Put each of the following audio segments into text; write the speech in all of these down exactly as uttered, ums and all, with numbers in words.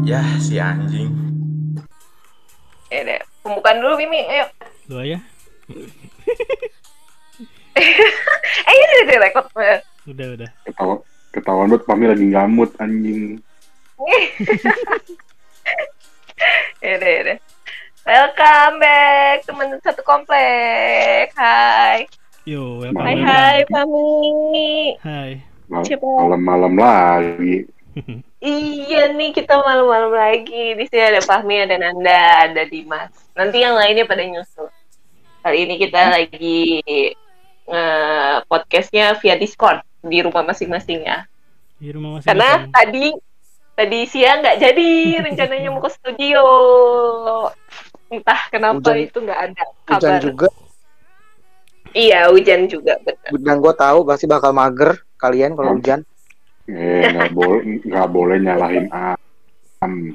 Yah, si anjing. Ya deh, pembukaan dulu Mimi, ayo. Lu aja. Eh ini udah direkod. Udah, udah. Ketawa, ketahuan banget Pami lagi gamut anjing. Ya deh, ya deh. Welcome back teman satu komplek. Hai. Yo, welcome. Hai Malam. hai Pami. Hai. Mal- Siapa? Malam-malam lagi. Iya nih kita malam-malam lagi. Di sini ada Fahmi, ada Nanda, ada Dimas. Nanti yang lainnya pada nyusul. Kali ini kita lagi nge-podcastnya via Discord di rumah masing-masing ya. Di rumah masing-masing. Karena tadi tadi siang nggak jadi rencananya mau ke studio. Entah kenapa Hujan- itu nggak ada Hujan kabar. juga. Iya hujan juga betul. Dan gue tahu pasti bakal mager kalian kalau Hmm. hujan. Eh, nggak boleh, nggak boleh nyalahin alam.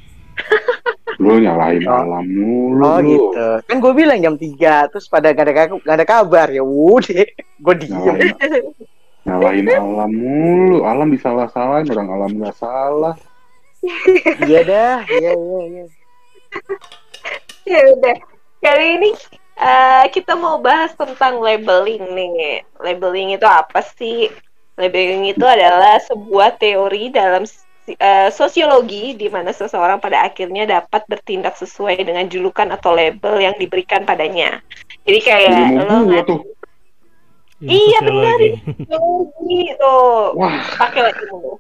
Lu nyalahin Oh. alam mulu. Oh lu. gitu. Kan gue bilang jam tiga, terus pada gak ada, gak ada kabar. Ya udah, gue diem. Nyalahin, nyalahin alam mulu. Alam disalah-salahin, orang alam nggak salah. Iya dah, iya iya iya. Ya udah. Kali ini uh, kita mau bahas tentang labeling nih. Labeling itu apa sih? Labeling itu adalah sebuah teori dalam uh, sosiologi di mana seseorang pada akhirnya dapat bertindak sesuai dengan julukan atau label yang diberikan padanya. Jadi kayak Ilmu lo gua nggak tuh. Ilmu Iya, benar. sosiologi. sosiologi tuh. Wah. Pakai lagi dulu.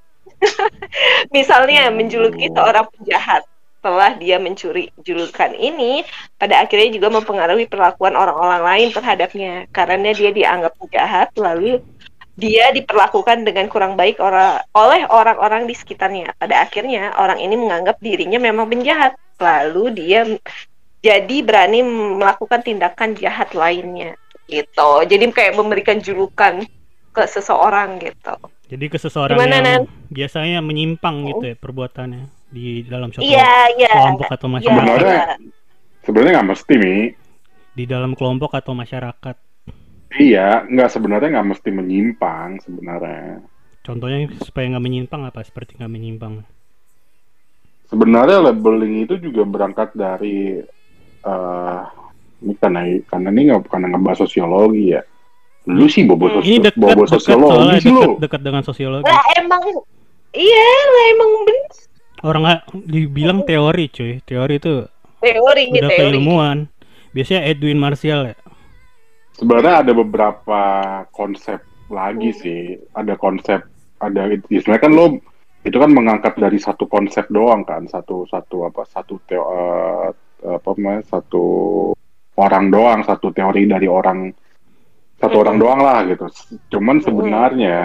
Misalnya menjuluki seorang penjahat. Setelah dia mencuri julukan ini, pada akhirnya juga mempengaruhi perlakuan orang-orang lain terhadapnya. Karena dia dianggap penjahat, lalu dia diperlakukan dengan kurang baik ora- oleh orang-orang di sekitarnya. Pada akhirnya, orang ini menganggap dirinya memang penjahat. Lalu dia m- jadi berani melakukan tindakan jahat lainnya. Gitu. Jadi kayak memberikan julukan ke seseorang gitu. Jadi ke seseorang Gimana, yang Nan? biasanya menyimpang gitu ya perbuatannya di dalam suatu Iya, iya. kelompok atau Iya, masyarakat. Sebenarnya, iya. sebenarnya nggak mesti Mi. Di dalam kelompok atau masyarakat. Iya, nggak sebenarnya nggak mesti menyimpang sebenarnya. Contohnya supaya nggak menyimpang apa? Seperti nggak menyimpang. Sebenarnya labeling itu juga berangkat dari eh ini karena karena ini nggak karena ngebahas sosiologi ya. Lu sih bobo Hmm. Ini sosio- dekat bobo dekat sosiologi soalnya sih lu. dekat dekat dengan sosiologi. Lah emang iya lah emang bener Orang nggak dibilang teori cuy. Teori itu teori udah teori. keilmuan. Biasanya Edwin Martial ya. Sebenarnya ada beberapa konsep lagi Hmm. sih. Ada konsep ada ya sebenarnya kan lo itu kan mengangkat dari satu konsep doang kan, satu satu apa satu teo, eh, apa namanya satu orang doang, satu teori dari orang satu Mm-mm. orang doang lah gitu. Cuman Mm-mm. sebenarnya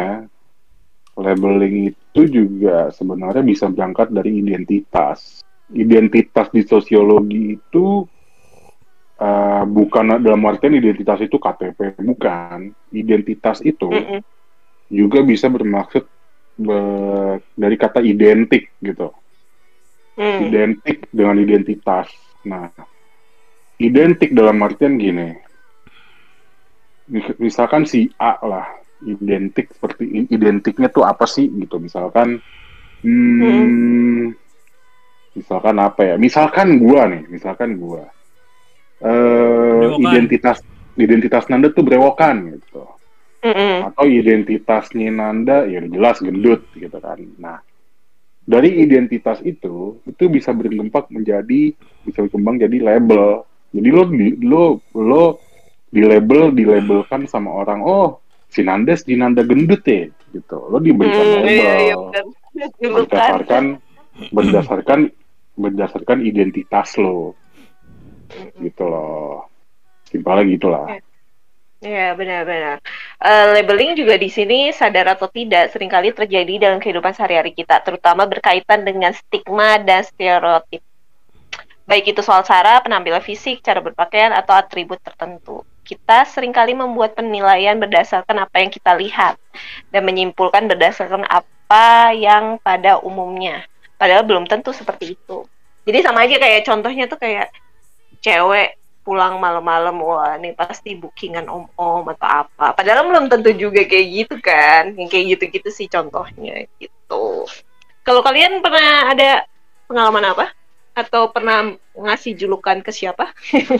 labeling itu juga sebenarnya bisa berangkat dari identitas. Identitas di sosiologi itu eh, bukan dalam artian identitas itu K T P, bukan. Identitas itu Mm-mm. juga bisa bermaksud be- dari kata identik gitu. Hmm. Identik dengan identitas. Nah, identik dalam artian gini. Mis- Misalkan si A lah, identik seperti identiknya tuh apa sih gitu. Misalkan hmm, misalkan apa ya? Misalkan gua nih, misalkan gua. Eh Brewokan. identitas identitas Nanda tuh brewokan gitu. Mm-mm. Atau identitasnya Nanda ya udah jelas gendut gitu kan. Nah, dari identitas itu itu bisa berkembang menjadi bisa berkembang jadi label. Jadi lo di, lo lo di label dilabelkan sama orang, oh si Nanda si Nanda gendut ya gitu. Lo diberikan Hmm, label iya, iya, benar. Julukan. berdasarkan berdasarkan berdasarkan identitas lo gitu loh. Simpelnya gitulah. Iya, benar-benar. Eh, labeling juga di sini sadar atau tidak seringkali terjadi dalam kehidupan sehari-hari kita, terutama berkaitan dengan stigma dan stereotip. Baik itu soal cara, penampilan fisik, cara berpakaian, atau atribut tertentu. Kita seringkali membuat penilaian berdasarkan apa yang kita lihat dan menyimpulkan berdasarkan apa yang pada umumnya. Padahal belum tentu seperti itu. Jadi sama aja kayak contohnya tuh kayak cewek pulang malam-malam, wah ini pasti bookingan om-om atau apa. Padahal belum tentu juga kayak gitu kan. Yang kayak gitu-gitu sih contohnya gitu. Kalau kalian pernah ada Pengalaman apa? Atau pernah ngasih julukan ke siapa?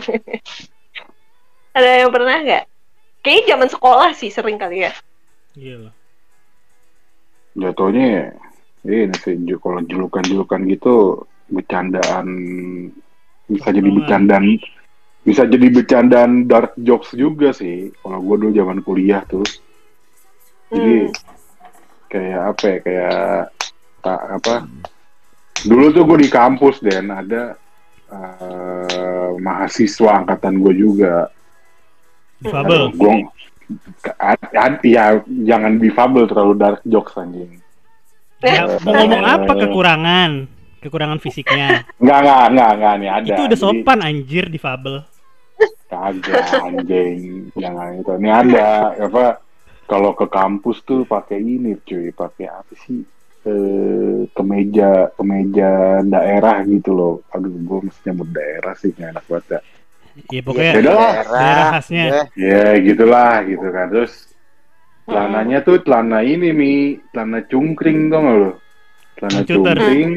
Ada yang pernah nggak? Kayaknya zaman sekolah sih sering kali ya. Iya lah. Jatuhnya ini sih ju- kalau julukan-julukan gitu bercandaan, bisa jadi bercandaan bisa jadi bercandaan dark jokes juga sih kalau gue dulu zaman kuliah tuh. Jadi Hmm. kayak apa ya, kayak tak apa, dulu tuh gue di kampus dan ada eh, mahasiswa angkatan gue juga. Difabel. Gue ya jangan difabel terlalu dark jokes anjing. Ya, mau ngomong apa kekurangan? Kekurangan fisiknya. Enggak, enggak, enggak, enggak nih ada. Itu udah Jadi, sopan anjir difabel. kagak anjing, jangan itu. Ini ada apa? Kalau ke kampus tuh pakai ini cuy, pakai apa sih? Eh, kemeja, kemeja daerah gitu loh. Aduh, gue mesti nyebut daerah sih, nggak enak banget ya. Iya pokoknya Beda lah. daerah khasnya. Ya. Ya gitulah gitu kan. Terus celananya tuh celana ini mi, celana cungkring tau nggak lo? Celana Cungcuter. cungkring.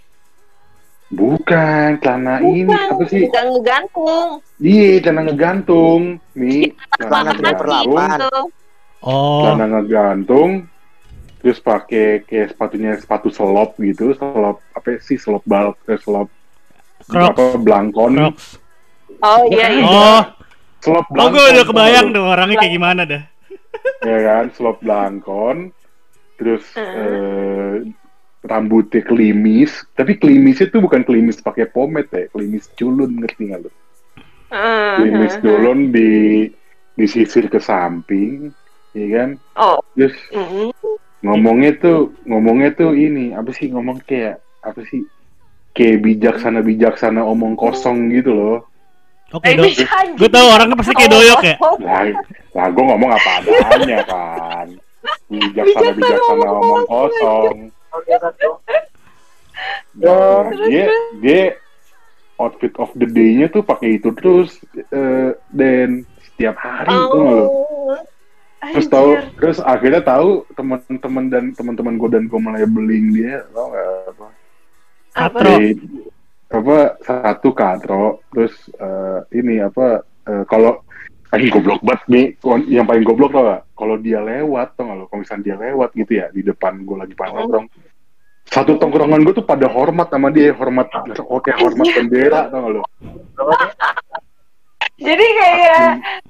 Bukan, celana ini apa sih? Bukan ngegantung. Iya, celana ngegantung, mi. Celana tiga per delapan. Gitu. Oh, Celana ngegantung, terus pakai kayak sepatunya sepatu selop gitu, selop apa sih, selop bal, eh, selop Crocs. apa belangkon, Crocs. Oh iya iya. Oh, selop oh belangkon. gue udah tau kebayang nggak tuh orangnya kayak gimana dah. lu? Ya kan, selop belangkon, terus eh, rambutnya klimis, tapi klimisnya tuh bukan klimis pakai pomade ya, klimis culun, ngerti nggak lu? Uh, Klimis uh, uh. culun di disisir ke samping, ya kan? Oh. Terus Mm-mm. ngomongnya tuh ngomongnya tuh ini apa sih, ngomong kayak apa sih, kayak bijaksana bijaksana omong kosong gitu loh. Oke, Eh, do. bisa anjing. Gue tahu orangnya pasti kayak doyok ya. Oh, Lah, lah gue ngomong apa adanya kan, bijaksana bijaksana omong kosong. Nah, dia dia outfit of the day-nya tuh pakai itu terus, eh, dan setiap hari tuh nggak lo. Oh. Terus tahu, Anjir. terus akhirnya tahu teman-teman dan teman-teman gue dan gue mulai beling dia, tau nggak apa? Katro. Di, apa satu katro, terus eh, ini apa, eh, kalau paling goblok banget nih, yang paling goblok tau gak? Kalau dia lewat, tau gak lo? Kalau misalnya dia lewat gitu ya, di depan gue lagi pada nongkrong, satu tongkrongan gue tuh pada hormat sama dia, hormat, oke hormat bendera, tau gak lo? Jadi kayak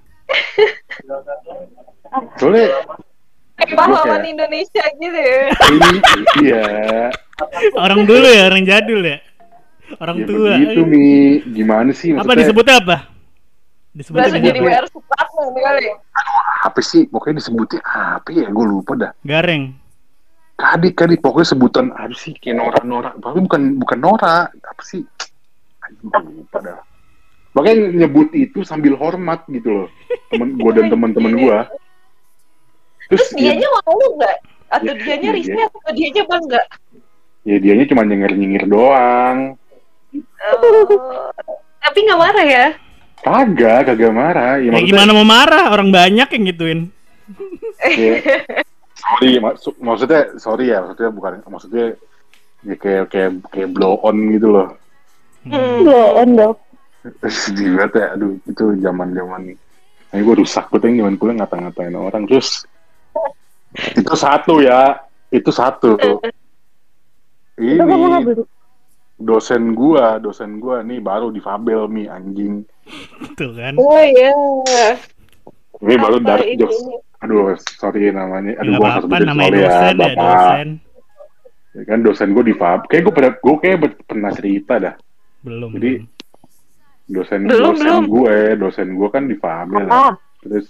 Soalnya kayak pahlawan kayak- Indonesia gitu ya. ini, iya, Orang dulu ya, orang jadul ya. Orang ya tua. begitu Mi, gimana sih Apa maksudnya? disebutnya apa? Disebutnya Langsung apa? jadi W R Supratman kali. Apa sih? Pokoknya disebutnya apa ya? Gue lupa dah. Gareng. Kadit, kadit. Pokoknya sebutan apa sih? Kayak Nora-Nora. Tapi bukan bukan Nora. Apa sih? Aduh, gue lupa dah. Makanya nyebut itu sambil hormat gitu loh. Temen gue dan teman-teman gue. Terus Terus ya, dianya mau nggak? Atau Ya, dianya iya. risih atau dianya bangga? ya dianya cuma nyengir-nyengir doang. Oh. Tapi nggak marah ya? Kagak, kagak marah. Ya, Ya maksudnya- gimana mau marah? Orang banyak yang gituin. ya, sorry, maksud, maksudnya sorry ya, maksudnya bukan, maksudnya ya kayak kayak kayak blow on gitu loh. Hmm. Blow on dong. Sedih banget ya, aduh itu zaman-zaman nih. Ini gue rusak, gue tuh zaman kuliah ngata-ngatain orang. Terus itu satu ya, itu satu. Itu kamu nggak Ini beli? dosen gua, dosen gua nih baru difabel mi anjing. Tuh kan. Oh iya. Ini baru Apa dark ini? jokes. Aduh, sorry namanya. Aduh, Gak gua harus apa-apa sebutin namanya soalnya ya, dosen ya, Bapak. dosen. Ya kan dosen gua difab. Kayak gua pernah, gua kayak ber- pernah cerita dah. Belum. Jadi, Dosen Belum, dosen belum. gue, dosen gue kan difabel. Apa? Terus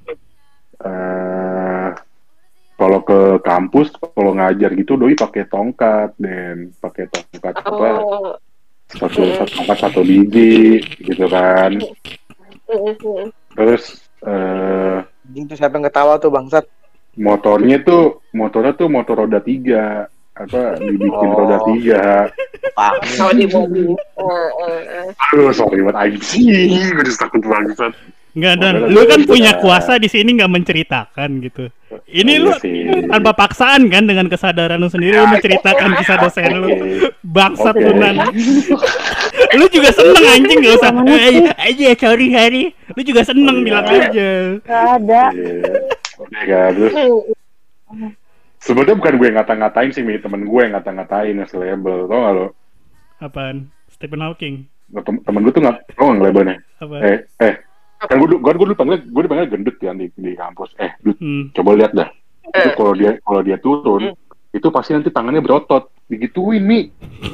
eh kalau ke kampus, kalau ngajar gitu, doi pakai tongkat dan pakai tongkat apa? Oh. Satu, satu tongkat satu biji, gitu kan. Mm-mm. Terus eh Anjing tuh siapa yang ketawa tuh bangsat? motornya tuh, motornya tuh motor roda tiga, apa dibikin Oh. roda tiga. Kalau di mobil. Eh, eh, eh. Aduh, sorry banget anjing, gue udah takut banget. Enggak, dan Udah lah, lu gua kan udah- punya kuasa di sini nggak menceritakan gitu. Ini Iya lu sih. tanpa paksaan kan, dengan kesadaran lu sendiri lu menceritakan kisah dosen lu. Oke. Bangsat Oke. lu Nan. Lu juga seneng anjing, nggak usah. Eh, aja sorry hari. Lu juga seneng Oh, iya. bilang aja. Gak ada. Iya. Oke kan, terus sebenarnya bukan gue yang ngata-ngatain sih, Mi. Temen gue yang ngata-ngatain yang label, tau gak lo? Apaan? Stephen Hawking. Tem temen gue tuh nggak, tau nggak labelnya? Apa? Eh, eh, kan gue, gue, gue dulu panggil, gue dipanggil gendut kan di, di kampus. Eh, Dut, Hmm. coba lihat dah. Itu kalau dia, kalau dia turun, itu pasti nanti tangannya berotot. Digituin, Mi.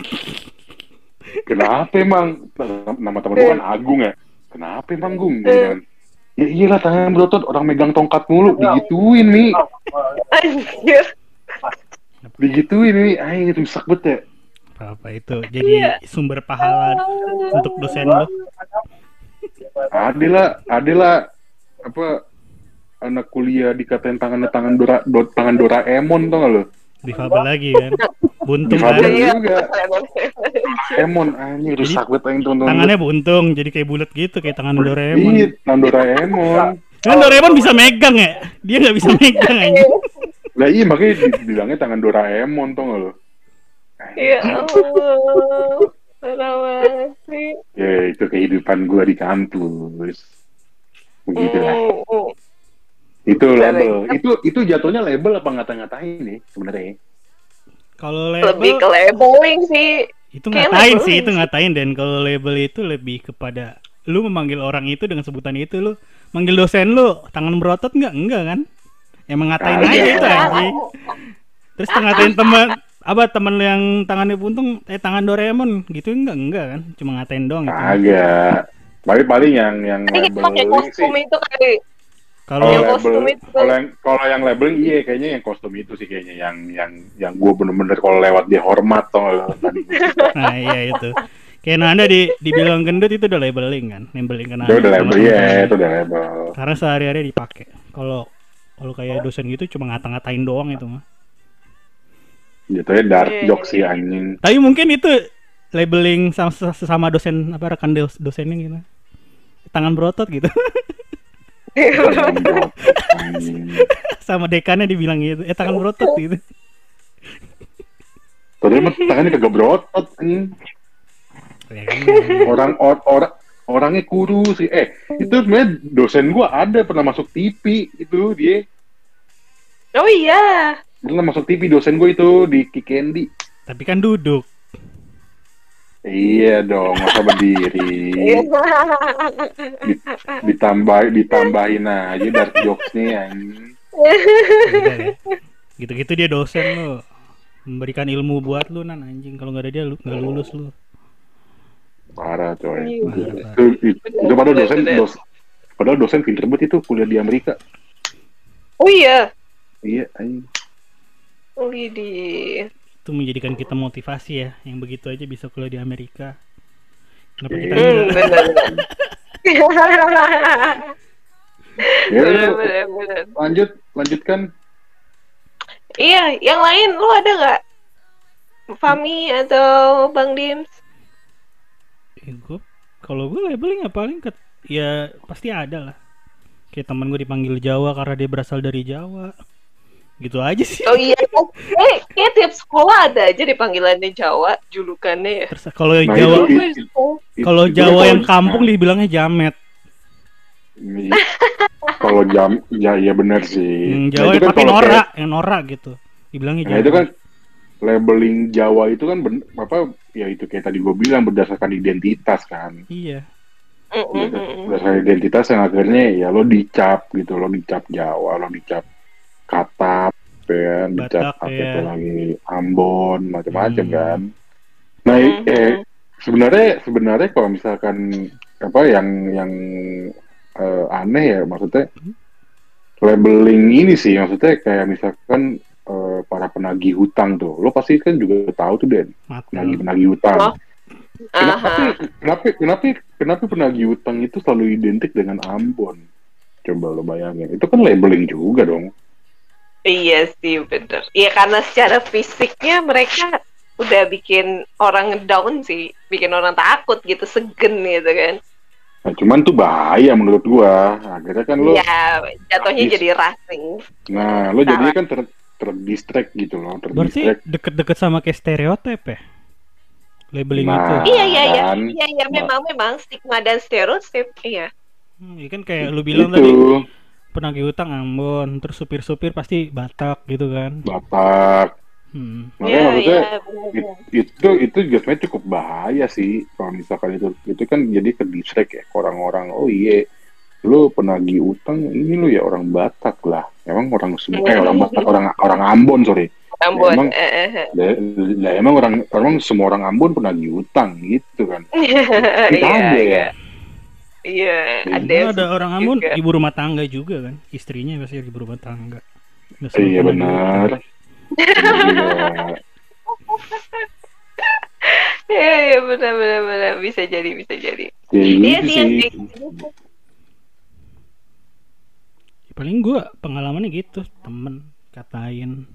Kenapa emang? Nama temen gue kan Agung ya. Kenapa emang, Gung? Dia bilang, ya iyalah tangannya berotot, orang megang tongkat mulu. Digituin, Mi. Anjir. Digituin, Mi. Ayo, rusak banget ya. Apa itu? Jadi sumber pahala untuk dosen lu. Adela, Adela, apa anak kuliah dikatain tangannya tangan Dora, do, tangan Doraemon, tau gak lo? Difabel lagi kan. Buntung kan. Difabel. Iya. juga. Doraemon, anjir rusak banget yang tonton. Tangannya buntung, jadi kayak bulat gitu, kayak tangan Iya, Doraemon. tangan Doraemon. Kan Doraemon bisa megang ya? Dia nggak bisa megang anjing. Lah iya makanya dibilangnya tangan Doraemon, tau gak lo? Ya Allah. Parah banget sih. Ya itu kehidupan gua di kampus. Begitu lah. Mm, Itu label. Itu itu jatuhnya label apa ngata-ngatain nih sebenarnya? Kalau Lebih ke label labeling sih. itu kayak ngatain label sih, sih. itu ngatain. Dan kalau label itu lebih kepada lu memanggil orang itu dengan sebutan itu, lu manggil dosen lu tangan berotot nggak? Enggak kan? Emang ngatain Kagak. aja itu anjing. Terus ngatain teman apa temen lu yang tangannya buntung, eh tangan Doraemon gitu, enggak enggak kan? Cuma ngatain doang itu. Agak. Paling-paling yang yang Tadi kita pakai labeling sih. kostum itu kali. Kalau Kalau Yang label, kostum itu. kalau yang kalau yang labeling iya kayaknya yang kostum itu sih kayaknya yang yang yang gue bener-bener kalau lewat dia hormat tau nggak lo, tadi gua cerita. nah iya itu. Kayak Nanda di dibilang gendut itu udah labeling kan? Labeling kan. Itu udah label ya, itu udah label. Karena sehari-hari dipakai. Kalau kalau kayak dosen gitu cuma ngata-ngatain doang itu mah. Jatuhnya dark Iya, joke iya. sih anjing. Tapi mungkin itu labeling sama sesama dosen apa rekan dos- dosennya gitu. Tangan berotot gitu. Anjing. Sama dekannya dibilang gitu. Eh tangan berotot gitu. Padahal mah tangannya kagak berotot anjing. Ya kan? Orang or, orang orangnya kurus sih. Eh, itu sebenarnya dosen gua ada pernah masuk T V itu dia. Oh iya. Pernah masuk T V dosen gua itu di Kikendi. Tapi kan duduk. Iya dong, masa berdiri. Iya. Ditambah ditambahin aja dark jokes-nya anjing. Beda ya. Gitu-gitu dia dosen lu. Memberikan ilmu buat lu Nan anjing. Kalau nggak ada dia lu nggak lulus lu. Parah coy. Iya. Itu, itu, itu padahal dosen dos, padahal dosen pinter banget itu kuliah di Amerika. Oh iya. Iya anjing. Oh di. Itu menjadikan kita motivasi ya. Yang begitu aja bisa kuliah di Amerika. Kenapa kita Iya. Hmm, enggak? benar. Ya, Benar, lu benar, benar. lanjut lanjutkan. Iya, yang lain lu ada nggak? Fami atau Bang Dims? Ya, gua, kalau gue labeling ya paling ke, ya pasti ada lah. Kayak temen gue dipanggil Jawa karena dia berasal dari Jawa. Gitu aja sih. Oh iya, eh, kayak tiap sekolah ada aja deh panggilannya Jawa, julukannya ya. Terus kalau Nah, Jawa, itu- itu- It- kalau itu Jawa kan yang kalau- kampung dibilangnya jamet. Iya. Kalau jam ya ya benar sih. Yang Nah, Jawa itu yang kan tapi kalau norak, kayak- yang norak gitu. Dibilangnya Nah Jawa. itu kan labeling Jawa itu kan ben, apa ya itu kayak tadi gue bilang berdasarkan identitas kan. Iya. Mm, mm, mm, mm. Berdasarkan identitas yang akhirnya ya lo dicap gitu, lo dicap Jawa, lo dicap Katap, ya, kan, dicap Batak, apa ya. itu lagi Ambon, macam-macam Hmm. kan. Nah Hmm. eh sebenarnya sebenarnya kalau misalkan apa yang yang eh, aneh ya maksudnya labeling ini sih maksudnya kayak misalkan eh, para penagih hutang tuh, lo pasti kan juga tahu tuh Den, Mati. penagih penagih hutang. Oh. Kenapa, Aha. kenapa, kenapa, kenapa penagih hutang itu selalu identik dengan Ambon? Coba lo bayangin, itu kan labeling juga dong. Iya sih, bener. Iya karena secara fisiknya mereka udah bikin orang down sih, bikin orang takut gitu, segen gitu kan. Nah, cuman tuh bahaya menurut gua. Akhirnya kan lo, Iya, jatuhnya habis. jadi racing. Nah, lo Salah. jadinya kan ter terdistract gitu loh, Berarti terdistract. deket-deket sama kayak stereotip ya? Labeling itu. Nah, Iya, iya, iya. kan, Iya, iya, Nah. memang, memang stigma dan stereotip. Iya. Hmm, iya kan kayak lu bilang itu tadi penagih utang Ambon, terus supir-supir pasti Batak gitu kan. Batak. Hmm. Makanya Iya, maksudnya iya, benar. it- itu itu juga sebenarnya cukup bahaya sih kalau misalkan itu itu kan jadi ke distract ya ke orang-orang. Oh iya, lu penagih utang ini lu ya orang Batak lah. Emang orang semua eh orang Batak orang orang Ambon sorry. Ambon. Ya, emang eh, eh, eh. ya, ya emang orang emang semua orang Ambon penagih utang gitu kan. Kita Iya, ada iya. ya. Iya, ada Karena ada sih orang Ambon juga. ibu rumah tangga juga kan. Istrinya pasti ibu rumah tangga. Nggak semua Iya penagih benar. utang. Benar juga. Iya, iya, benar, benar, benar. Bisa jadi, bisa jadi. Ya, Iya gitu sih, yang sih. kayak gitu. Ya, paling gua pengalamannya gitu, temen katain.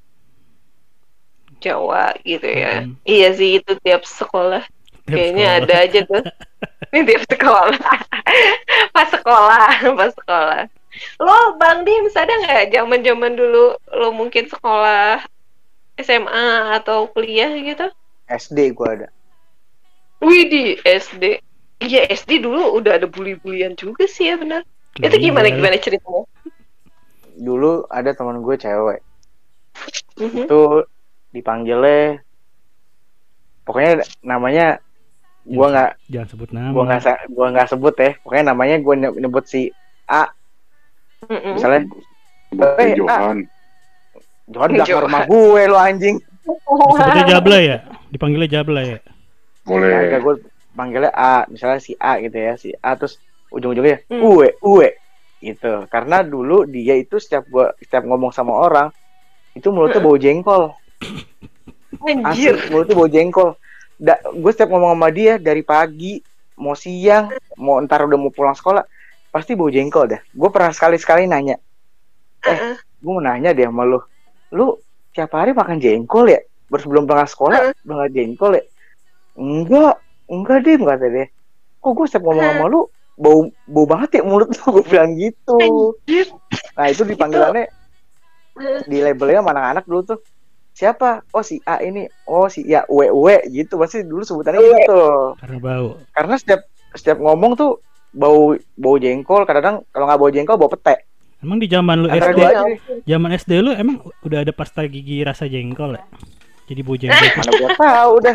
Jawa gitu ya. Hmm. Iya sih, itu tiap sekolah. Tiap Kayaknya sekolah. ada aja tuh. Ini tiap sekolah. Pas sekolah, pas sekolah. Lo Bang Dims ada nggak zaman-zaman dulu lo mungkin sekolah S M A atau kuliah gitu? S D gua ada. Wih di S D. Iya S D dulu udah ada bully-bulian juga sih ya benar. Lah, Itu gimana iya. gimana ceritanya? Dulu ada teman gue cewek. Mhm. Itu dipanggilnya pokoknya namanya gua nggak Jangan sebut nama. gua nggak sa- gua nggak sebut ya. Pokoknya namanya gua nye- nyebut si A. Mm-mm. Misalnya Seperti Eh, Johan. Johan belakang Johan. rumah gue lo anjing. Disebutnya Jabla ya? Dipanggilnya Jabla ya? Boleh. Kagak, gue panggilnya A, misalnya si A gitu ya, si A terus ujung-ujungnya Hmm. Uwe, Uwe gitu. Karena dulu dia itu setiap gua setiap ngomong sama orang itu mulutnya bau jengkol. Asli, Anjir. mulutnya bau jengkol. Da, gue setiap ngomong sama dia dari pagi mau siang, mau ntar udah mau pulang sekolah, pasti bau jengkol dah. Gue pernah sekali-sekali nanya, Uh-uh. gue mau nanya deh sama lu, lu tiap hari makan jengkol ya? Baru sebelum berangkat sekolah, makan jengkol ya? Enggak, enggak deh, kata dia. Kok gue setiap ngomong sama lu, bau bau banget ya mulut lu, gue bilang gitu. Anjir. Nah itu dipanggilannya, di labelnya sama anak-anak dulu tuh, siapa? Oh si A ini, oh si ya Uwe Uwe gitu, pasti dulu sebutannya Uwe. gitu. Karena bau. Karena setiap setiap ngomong tuh bau bau jengkol, kadang-kadang kalau nggak bau jengkol bau pete. Emang di zaman lu Antara S D, dua aja deh. zaman S D lu emang udah ada pasta gigi rasa jengkol ya? Jadi bau jengkol. Mana gua tahu udah,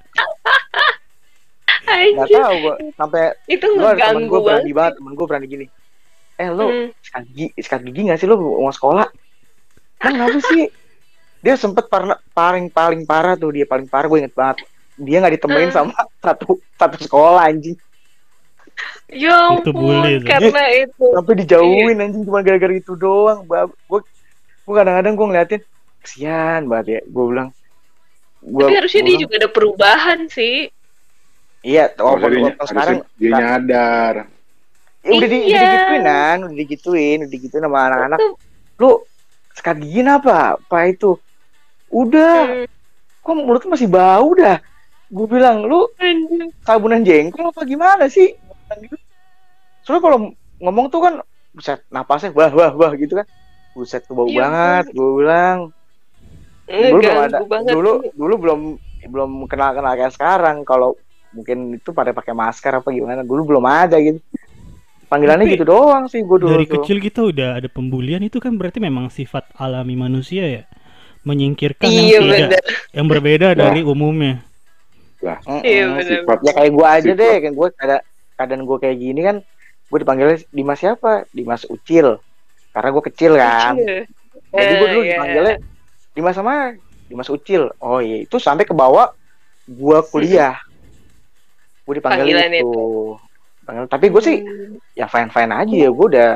nggak Anjir. tahu gua sampai Itu gua temen ngeganggu gua berani banget. banget, temen gua berani gini. Eh lu Hmm. sikat gigi, sikat gigi nggak sih lu mau sekolah? Emang kenapa sih? Dia sempet parna, paling paling parah tuh, dia paling parah gue inget banget. Dia nggak ditemenin Hmm. sama satu satu sekolah anjing, Ya Itu ampun, bully tuh. karena itu. sampai dijauhin anjing cuma gara-gara itu doang. Gue gue kadang-kadang gue ngeliatin kesian banget ya, gue bilang. Gua, Tapi harusnya gua dia bilang, juga ada perubahan sih. iya, Oh, walaupun dia, walaupun sekarang harusnya dia nyadar. ya udah, di, Iya. udah digituin kan, udah digituin, udah digituin sama anak-anak. Itu. Lu sikat gigi apa? Apa itu? Udah, Hmm. kok mulut lu masih bau dah? Gue bilang, lu Anjir. sabunan jengkol apa gimana sih? Soalnya kalau ngomong tuh kan, buset, napasnya wah wah wah gitu kan. Buset, tuh bau Iya, banget, gue bilang. Dulu belum ada, Ngeganggu banget. dulu dulu belum belum kenal kenal kayak sekarang. Kalau mungkin itu pada pakai masker apa gimana, dulu belum ada gitu. Panggilannya Tapi gitu doang sih gue dulu Dari tuh. kecil kita udah ada pembulian, itu kan berarti memang sifat alami manusia ya. Menyingkirkan Iya yang tidak, benar. yang berbeda dari umumnya. Lah, Mm-mm. Iya benar. sifat Ya kayak gue aja sifat- deh, kayak gue ada keadaan gue kayak gini kan, gue dipanggilnya Dimas siapa? Dimas Ucil, karena gue kecil kan. Jadi gue dulu Eh, iya. dipanggilnya Dimas sama Dimas Ucil. Oh iya, itu sampai ke bawah gue kuliah. Gue dipanggil Panggilan itu. Panggilan. Tapi gue sih ya fine fine aja ya. Gue udah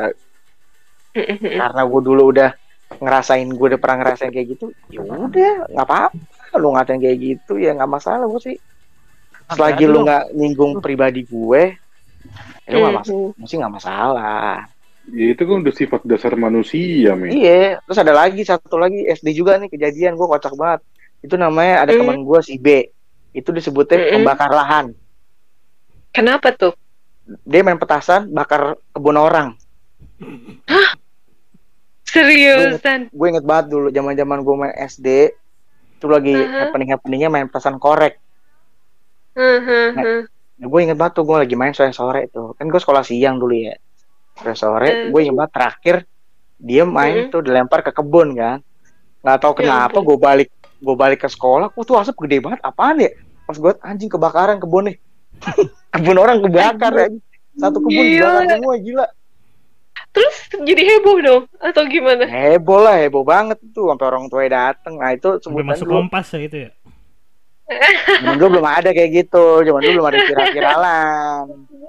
karena gue dulu udah ngerasain, gue udah pernah ngerasain kayak gitu. Ya udah, nggak apa-apa. Lu ngatain kayak gitu ya nggak masalah gue sih. Selagi Ada lu dong. nggak nyinggung pribadi gue, ya lu nggak masalah. Mhm. Mesti nggak masalah. ya itu kan udah sifat dasar manusia, men. Iya, terus ada lagi satu lagi S D juga nih kejadian, gue kocak banget. Itu namanya ada Hmm. teman gue si B, itu disebutnya Mm-mm. pembakar lahan. Kenapa tuh? dia main petasan bakar kebun orang. Seriusan? Gue inget banget dulu zaman-zaman gue main S D, itu lagi Uh-huh. happening-happeningnya main petasan korek. Uh-huh. Nah, gue inget banget tuh gue lagi main sore-sore itu. Kan gue sekolah siang dulu ya. Sore-sore, Uh. gue inget banget terakhir dia main Mm-mm. tuh dilempar ke kebun kan. Nggak tahu Ya kenapa ampun. gue balik gue balik ke sekolah, kok tuh asap gede banget, apaan ya? Pas gue anjing kebakaran kebun nih. Kebun orang kebakar ya. Satu kebun dibakar Gila. semua, gila. Terus jadi heboh dong atau gimana? Heboh lah, heboh banget tuh sampai orang tua dateng. Nah itu Sampai sebutan masuk dulu. Kompas ya itu ya. Zaman dulu belum ada kayak gitu. Zaman dulu belum ada viral-viralan.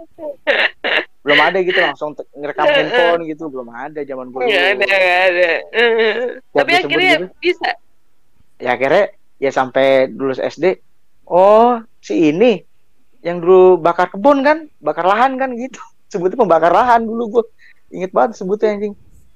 Belum ada gitu langsung te- ngerekam handphone gitu, belum ada zaman gue dulu. Nggak ada, nggak ada. Uh. Buat Tapi disebut akhirnya gitu. bisa. Ya akhirnya ya sampai dulu S D. Oh si ini yang dulu bakar kebun kan, bakar lahan kan gitu. Sebutnya pembakar lahan dulu gue. Ingat banget sebutnya anjing.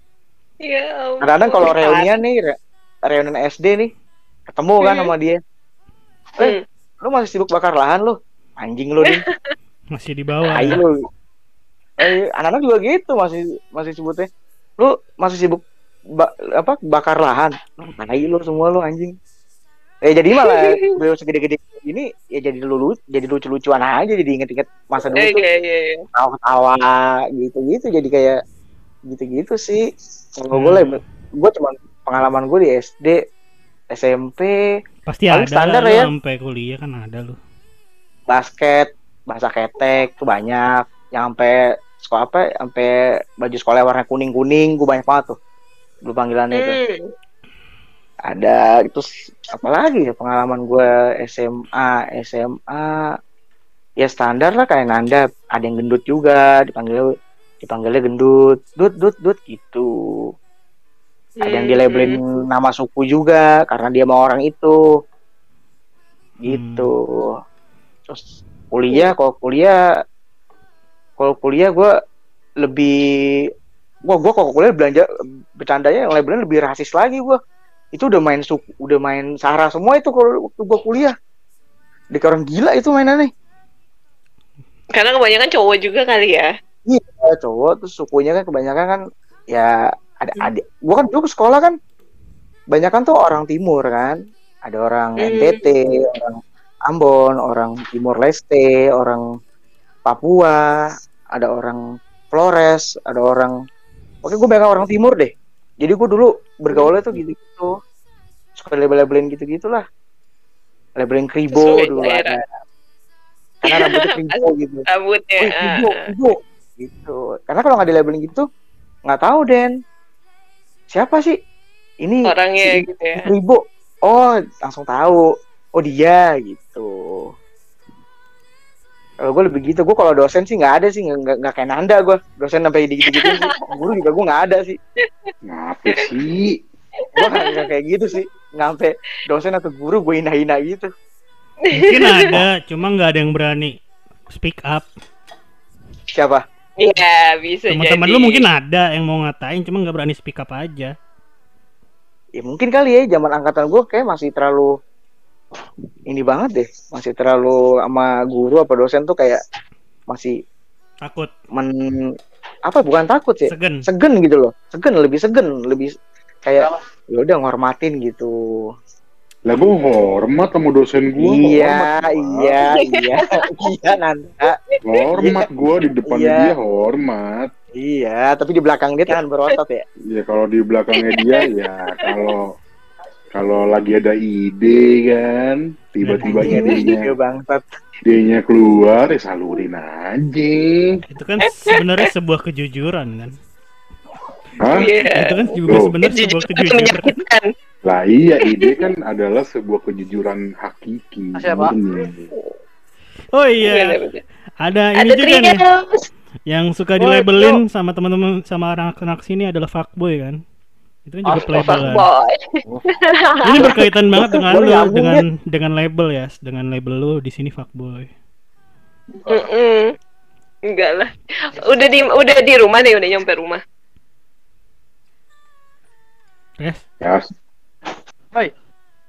Ya ampun. Kadang-kadang kalau reunian nih, re- reunian S D nih, ketemu kan Hmm. sama dia. Hmm. Eh, lu masih sibuk bakar lahan lu? Anjing lu nih. Masih di bawah. Tai Ya. lu. Eh, anak-anak juga gitu masih masih sebutnya. Lu masih sibuk ba- apa bakar lahan? Lu tai lu semua lu anjing. Eh jadi malah beliau segede-gede ini ya jadi lulu jadi lucu-lucuan aja, jadi inget-inget masa dulu Eh, tuh iya, iya, iya. tawa-tawa gitu-gitu, jadi kayak gitu-gitu sih. Kalau gue Hmm. label, gue cuma pengalaman gue di S D, S M P, Pasti paling ada standar lah, lu ya. sampai kuliah kan ada lu. Basket, bahasa ketek tuh banyak. Yang sampai sekolah apa? Sampai baju sekolah warna kuning-kuning, gue banyak banget tuh. Dulu panggilannya itu. Hmm. Ada itu apalagi ya pengalaman gue S M A, S M A ya standar lah kayak Nanda, ada yang gendut juga, dipanggil dipanggilnya gendut, dut dut dut gitu. Ada yang dilabelin Hmm. nama suku juga karena dia mau orang itu. Gitu. Terus kuliah, kalau kuliah kalau kuliah gue lebih gua gua kalau kuliah belanja bercandanya yang labelnya lebih rasis lagi gue. Itu udah main suku, udah main sara semua itu kalau waktu gue kuliah. Dia kayak orang gila itu mainannya. Karena kebanyakan cowok juga kali ya. Iya, cowok terus sukunya kan kebanyakan kan ya ada adik. Gua kan dulu ke sekolah kan banyakan tuh orang timur kan. Ada orang Hmm. N T T, orang Ambon, orang Timor Leste, orang Papua, ada orang Flores, ada orang oke gue banyak orang timur deh. Jadi gue dulu bergaulnya tuh gitu-gitu. Suka label-labelin gitu-gitulah. Labelin kribo Sesuai dulu daerah. ada. Karena rambutnya kribo gitu. Rambutnya. Wih, kribo, kribo. Gitu. Karena kalau nggak dilabelin gitu, nggak tahu Den. Siapa sih? Ini Orangnya si gitu ya. Kribo. Oh, langsung tahu. Oh dia gitu. Kalau gue lebih gitu, gue kalau dosen sih nggak ada sih, nggak nggak kayak Nanda gue. Dosen sampai gitu-gitu sih. Guru juga gue nggak ada sih. Ngapa sih? Gue nggak kayak gitu sih. Nggak sampai dosen atau guru gue hina-hina gitu. Mungkin ada, cuma nggak ada yang berani speak up. Siapa? Iya, bisa jadi. Teman-teman lu mungkin ada yang mau ngatain, cuma nggak berani speak up aja. Ya mungkin kali ya, zaman angkatan gue kayak masih terlalu ini banget deh, masih terlalu sama guru apa dosen tuh kayak masih Takut, men apa bukan takut sih, segen. segen gitu loh, segen lebih segen, lebih kayak ya udah ngormatin gitu. Lah gue hormat sama dosen gue. Iya, iya, iya, iya Nanda. Hormat gue di depannya Iya. dia hormat. Iya, tapi di belakang dia tangan berotot ya. Ya kalau di belakangnya dia ya kalau kalau lagi ada ide kan, tiba-tiba Iya, idenya Iya bangsat. idenya keluar ya salurin aja. Itu kan sebenarnya sebuah kejujuran kan. Hah? Iya. Itu kan juga Tuh. sebenarnya sebuah Kejujuran kejujuran. menyakitkan. Lah iya, ide kan adalah sebuah kejujuran hakiki. Siapa? Bener. Oh iya, Bener-bener. ada ini Ada juga nih Trials. yang suka Oh, dilabelin sama teman-teman sama anak-anak sini adalah fuckboy kan. Itu kan juga Oh, pelabelan. Boy. Ini berkaitan banget dengan Fuckboy lu, nyambung, dengan dengan label ya, dengan label lu di sini fuckboy. Mm-mm. Enggak lah. Udah di udah di rumah nih, udah nyampe rumah. Yes. Ya,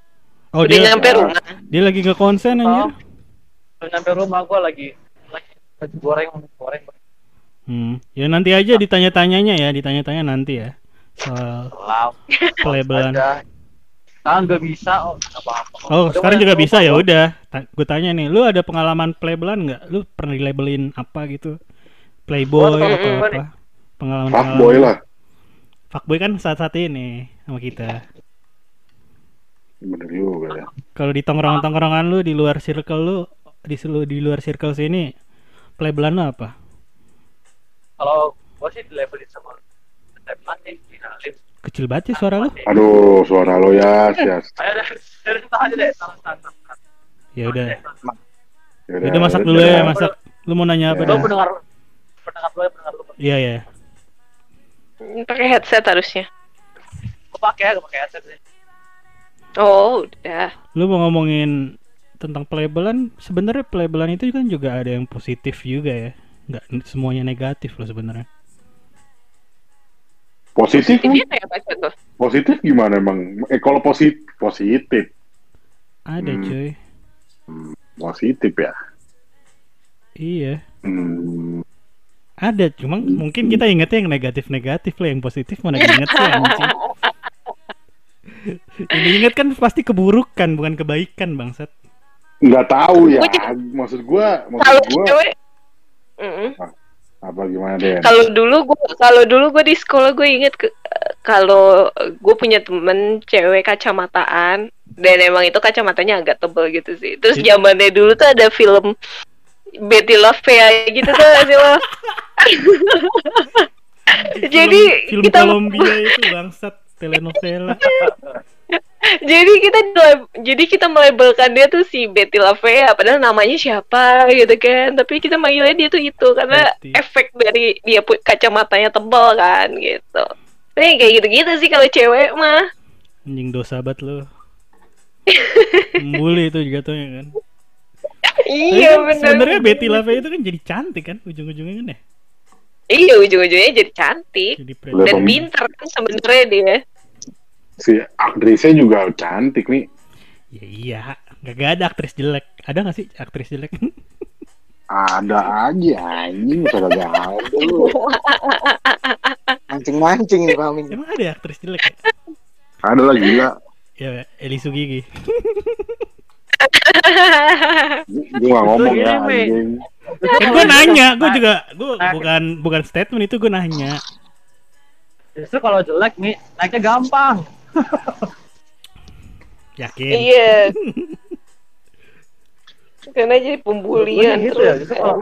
Oh Udah dia nyampe rumah. dia lagi nge konsen anjir. Udah nyampe rumah gue lagi lagi baju goreng baju goreng Hmm, ya nanti aja ditanya-tanyanya ya, ditanya-tanya nanti ya soal selam pelabelan. ada sekarang nggak bisa oh nggak apa-apa. Oh, Udah sekarang mulai juga bisa berubah, ya Bos. udah. Ta- gue tanya nih, lu ada pengalaman pelabelan nggak? Lu pernah dilabelin apa gitu? Playboy Gua atau tetap- apa? Pengalaman Fuckboy lah. Fuckboy kan saat-saat ini sama kita. Bener juga ya. Kalau di tongkrongan-tongkrongan lu di luar circle lu, di selu di luar circle sini, pelabelan lu apa? Kalau gua sih dilabelin sama teman nih finalin Kecil banget sih suara lu. Aduh, suara lo ya, ya. ayo deh dari kita aja deh salah satu Ya udah. Yaudah, Ya udah masak dulu ya, yaudah. masak. Lu mau nanya apa Ya. lo dah? pendengar pendengar lo ya pendengar lo Iya ya. Pakai headset harusnya. gua pakai ya gua pakai headset sih Oh, udah. Lu mau ngomongin tentang pelabelan, sebenarnya pelabelan itu kan juga ada yang positif juga ya. Nggak semuanya negatif loh sebenarnya. Positif, Positifnya kayak apa tuh? positif gimana emang? Eh kalau positif, positif, Ada Hmm. cuy. positif ya. Iya. Hmm. Ada, cuma mungkin kita ingetnya yang negatif-negatif lah, yang positif mana diinget sih anjing. Yang diinget kan pasti keburukan, bukan kebaikan bangsat. Nggak tahu ya. Gua juga- Maksud gua, maksud Kalau gua cewek, Mm-mm. apa gimana deh? Kalau dulu gue, kalau dulu gue di sekolah gue inget ke, kalau gue punya temen cewek kacamataan dan emang itu kacamatanya agak tebel gitu sih. Terus Iya. zamannya dulu tuh ada film Betty Love gitu tuh sih lo. Jadi film, film kita Kolombia itu bangsat telenovela. jadi kita dilab- jadi kita melabelkan dia tuh si Betty Lavea padahal namanya siapa gitu kan, tapi kita manggilnya dia tuh itu karena Betty. efek dari dia pu- kacamatanya tebal kan gitu. Nah, kayak gitu-gitu sih kalau cewek mah. Anjing dosa banget lo. Membuli itu jatuhnya kan. Iya Tapi kan benar. sebenarnya Betty Lavea itu kan jadi cantik kan ujung-ujungnya kan ya. Iya, ujung-ujungnya jadi cantik Jadi Udah, dan Tom. pintar kan sebenarnya dia. Si aktrisnya juga cantik nih. Ya iya, gak ada aktris jelek. Ada gak sih aktris jelek? Ada aja anjing, saudara gaul lu. Mancing-mancing nih Pak Amin. Emang ada aktris jelek ya? Ada lah gila. Ya Eli Sugigi. Gue gak ngomong ya Gini, Mi. anjing. Kan gue nanya, gue juga, gue bukan bukan statement itu gue nanya. justru kalau jelek nih naiknya gampang Yakin? Iya. Karena jadi pembulian gitu ya terus. justru kalau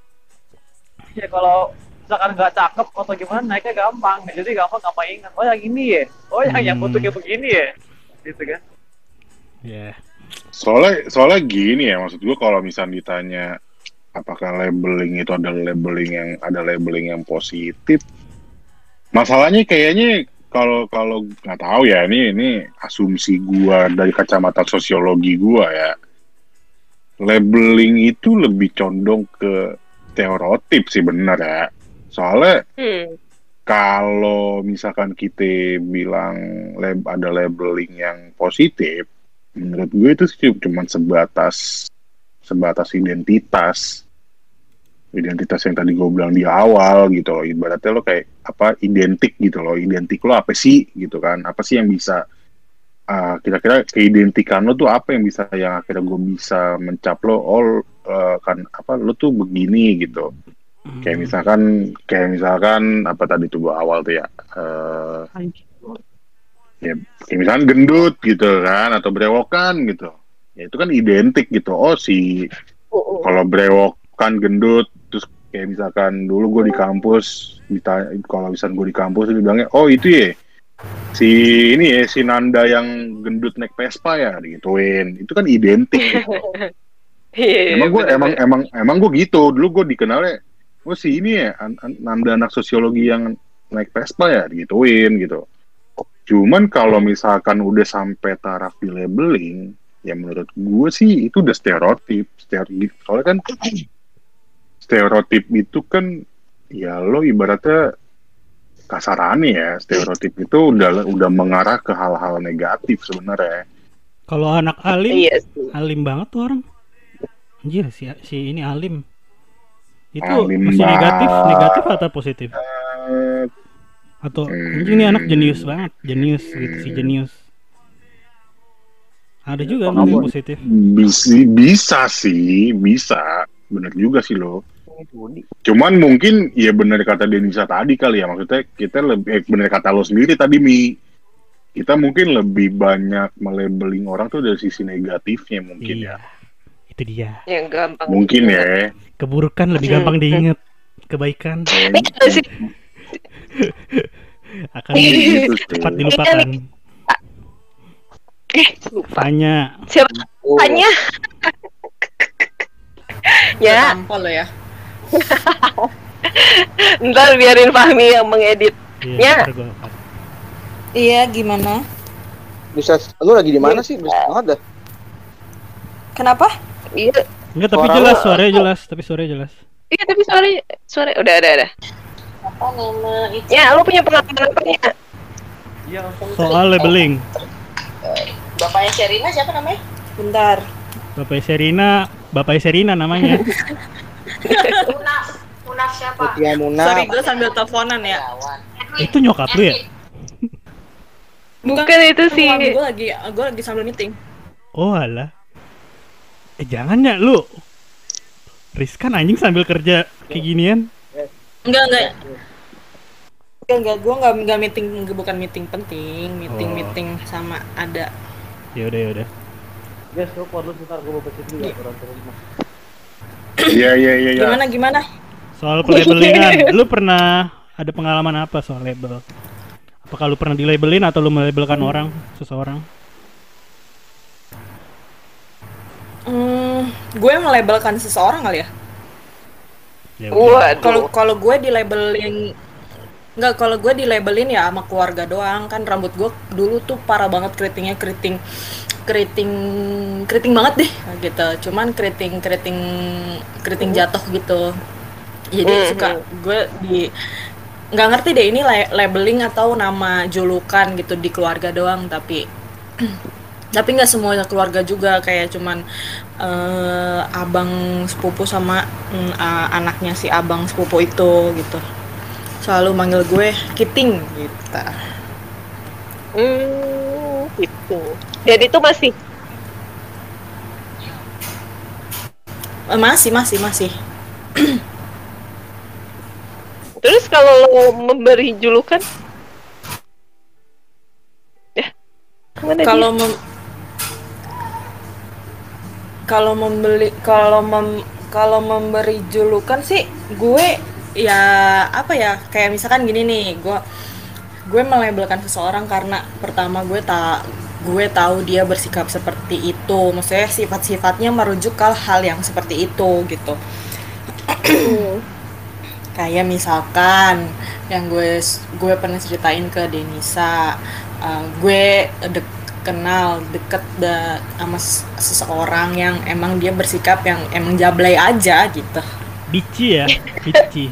ya kalau misalkan nggak cakep atau gimana naiknya gampang jadi gampang gampang ingat oh yang ini ya oh yang yang Hmm. bentuknya begini ya gitu kan Ya. Soalnya soalnya gini ya, maksud gue kalau misalnya ditanya apakah labeling itu ada labeling yang ada labeling yang positif, masalahnya kayaknya kalau kalau nggak tahu ya, ini ini asumsi gua dari kacamata sosiologi gua ya, labeling itu lebih condong ke stereotip sih benar ya. Soalnya Hmm. kalau misalkan kita bilang lab, ada labeling yang positif, menurut gue itu sih cuma sebatas sebatas identitas identitas yang tadi gue bilang di awal gitu loh. Ibaratnya lo kayak apa, identik gitu loh, identik lo apa sih gitu kan, apa sih yang bisa uh, kira-kira keidentikan lo tuh apa yang bisa yang akhirnya gue bisa mencap lo all uh, kan apa lo tuh begini gitu. Kayak misalkan kayak misalkan apa tadi tuh gue awal tuh ya uh, ya kayak misalkan gendut gitu kan atau brewokan gitu, ya itu kan identik gitu. Oh si Oh, oh. kalau brewok kan gendut, terus kayak misalkan dulu gue di kampus ditanya, kalau misalkan gue di kampus dibilangnya oh itu ya si ini ya si Nanda yang gendut naik Vespa ya digituin, itu kan identik gitu. Iya, Emang gue bener, emang bener. emang emang gue gitu dulu, gue dikenalnya oh si ini ya an- an- Nanda anak sosiologi yang naik Vespa ya digituin gitu. Cuman kalau misalkan udah sampai taraf di labeling, ya menurut gue sih itu udah stereotip. Stereotip soalnya kan stereotip itu kan ya lo ibaratnya kasarannya ya, stereotip itu udah udah mengarah ke hal-hal negatif sebenarnya. Kalau anak alim, Iya sih. alim banget tuh orang. Anjir si si ini alim. Itu Paling masih negatif, banget. negatif atau positif? Atau anjing nih anak jenius banget, jenius gitu si jenius. Ada juga Bang yang Abon. positif. Bisa, bisa sih, bisa. Bener juga sih lo. Ini Budi. Cuman mungkin ya bener kata Denisa tadi kali ya, maksudnya kita lebih eh, bener kata lo sendiri tadi Mi, kita mungkin lebih banyak melabeling orang tuh dari sisi negatifnya mungkin Iya, ya, itu dia. Yang gampang. mungkin ya. Keburukan lebih gampang diingat, kebaikan Eh, itu sih. akan Gitu sih. cepat dilupakan. Eh, lupa. Tanya, Siapa Oh, tanya? Ya, Tampol lo ya. ntar biarin Fahmi yang mengedit. iya, Ya. ntar gua cut. Iya, gimana? bisa, lu lagi di mana sih? Bisa banget dah. Kenapa? Iya, Enggak, tapi Suara jelas, lo- suaranya jelas, tapi suaranya jelas. iya tapi suara suara udah ada ada. Apa nama itu? Ya, lo punya pengalaman apa ya? Iya. Soal labeling, Bapaknya Sherina siapa namanya? Bentar. Bapak Serina, Bapak Serina namanya. Munaf. Munaf siapa? Mutia Muna. Sorry, gue sambil teleponan ya. Itu nyokap lu ya? Bukan itu sih. Gue lagi, gue lagi sambil meeting. Oh alah. Eh jangan ya lu. Riskan anjing sambil kerja kayak ginian. Enggak, enggak. Enggak, enggak. Gue enggak, enggak meeting, bukan meeting penting. Meeting, Oh. meeting sama ada. Ya udah ya udah. Guys, lu perlu sebentar gue mau pecah dulu ya orang rumah. Iya iya iya. iya. Gimana, gimana? Soal pelabelingan, lu pernah ada pengalaman apa soal label? Apakah lu pernah dilabelin atau lu melabelkan orang, seseorang? Hmm, gue melabelkan seseorang kali ya. Ya udah. Waduh. Kalau kalau gue di labelin nggak, kalau gue di labelin ya sama keluarga doang. Kan rambut gue dulu tuh parah banget, keritingnya keriting keriting keriting banget deh gitu. Cuman keriting keriting keriting jatuh gitu. Jadi Mhm. suka gue di nggak ngerti deh ini la- labeling atau nama julukan gitu di keluarga doang, tapi tapi nggak semuanya keluarga juga, kayak cuman eh, abang sepupu sama mm, a- anaknya si abang sepupu itu gitu selalu manggil gue Kiting gitu. Hmm, gitu. Dan itu masih Eh, masih masih masih terus kalau lo memberi julukan ya kemana kalau dia? mem- kalau membeli kalau mem kalau memberi julukan sih gue ya apa ya, kayak misalkan gini nih, gue gue melabelkan seseorang karena pertama gue tak gue tahu dia bersikap seperti itu, maksudnya sifat-sifatnya merujuk ke hal yang seperti itu gitu. Kayak misalkan yang gue gue pernah ceritain ke Denisa, uh, gue dek, kenal deket da, sama s- seseorang yang emang dia bersikap yang emang jablay aja gitu. Bici ya, bici.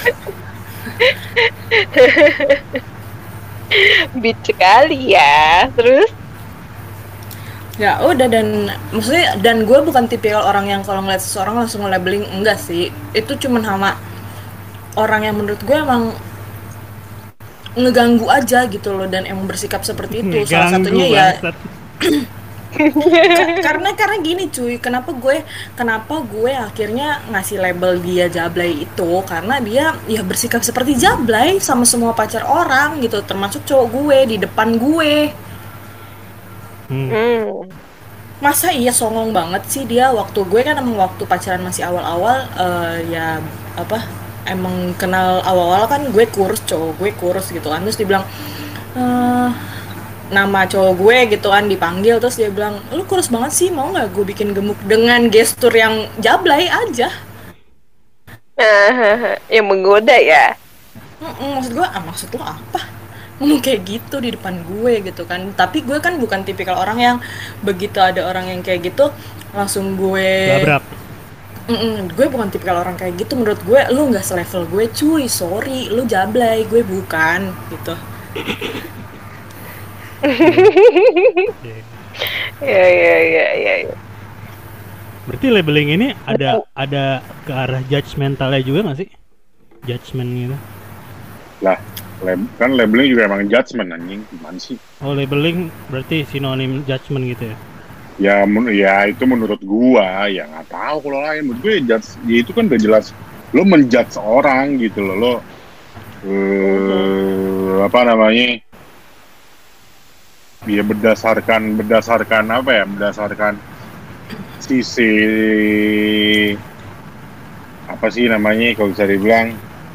Beat sekali ya. Terus Ya udah, dan maksudnya dan gue bukan tipikal orang yang kalau ngeliat seseorang langsung labeling, enggak sih. Itu cuman sama orang yang menurut gue emang ngeganggu aja gitu loh, dan emang bersikap seperti itu. Salah Ngeganggu, satunya ya bangsat. Ka- karena karena gini cuy, kenapa gue kenapa gue akhirnya ngasih label dia jablay itu karena dia ya bersikap seperti jablay sama semua pacar orang gitu, termasuk cowok gue di depan gue. Hmm. hmm. Masa iya songong banget sih dia, waktu gue kan emang waktu pacaran masih awal-awal eh, ya apa emang kenal awal-awal kan gue kurus, cowok gue kurus gitu kan, terus dibilang eh nama cowok gue gitu kan dipanggil, terus dia bilang lu kurus banget sih, mau nggak gue bikin gemuk, dengan gestur yang jablay aja. Yang menggoda ya. Mm-mm, maksud gue ah maksud lo apa ngomong kayak gitu di depan gue gitu kan, tapi gue kan bukan tipikal orang yang begitu ada orang yang kayak gitu langsung gue Labrak. Mm-mm, gue bukan tipikal orang kayak gitu. Menurut gue lu nggak selevel gue cuy, sorry lu jablay, gue bukan gitu. Iya. Ya ya ya ya. ya. Berarti labeling ini ada ada ke arah judgmentalnya juga nggak sih? Judgment gitu. Lah, lab, kan labeling juga emang judgment anjing, gimana sih? Oh, labeling berarti sinonim judgment gitu ya? Ya, men- ya itu menurut gua, ya nggak tahu kalau lain. Menurut gue judge, ya itu kan udah jelas lo menjudge orang gitu loh, lo eh, apa namanya? Ya berdasarkan berdasarkan apa ya? Berdasarkan sisi apa sih namanya kalau bisa dibilang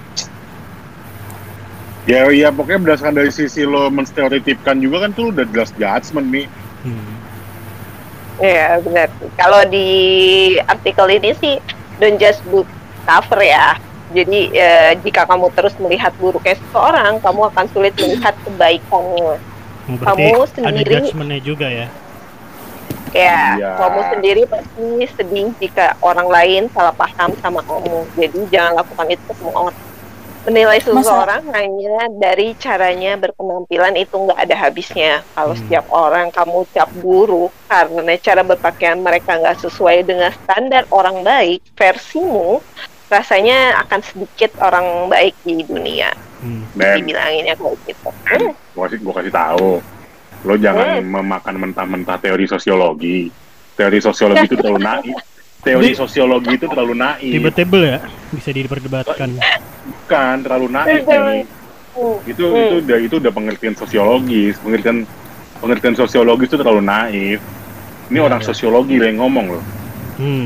ya ya pokoknya berdasarkan dari sisi lo menstereotipkan juga kan tuh udah jelas judgment nih. Hmm. Iya benar. Kalau di artikel ini sih don't just book cover ya. Jadi eh, jika kamu terus melihat buruknya seseorang, kamu akan sulit melihat kebaikannya. Oh, berarti Kamu ada sendiri- judgmentnya juga ya? Ya, Iya. kamu sendiri pasti sedih jika orang lain salah paham sama kamu. Jadi jangan lakukan itu ke semua orang. Menilai seseorang hanya dari caranya berpenampilan itu nggak ada habisnya. Kalau Hmm. setiap orang kamu cap buruk karena cara berpakaian mereka nggak sesuai dengan standar orang baik versimu, rasanya akan sedikit orang baik di dunia. Hmm. Dan Dibilanginnya kayak gitu. Hmm. gua kasih gua kasih tahu, lo jangan memakan mentah-mentah teori sosiologi. Teori sosiologi itu terlalu naif. Teori Jadi- sosiologi itu terlalu naif. Debatable ya? Bisa diperdebatkan. Bukan terlalu naif nih. Hmm. Itu itu udah itu udah pengertian sosiologis, pengertian pengertian sosiologis itu terlalu naif. Ini Ya, orang ya. sosiologi loh yang ngomong loh. Hmm.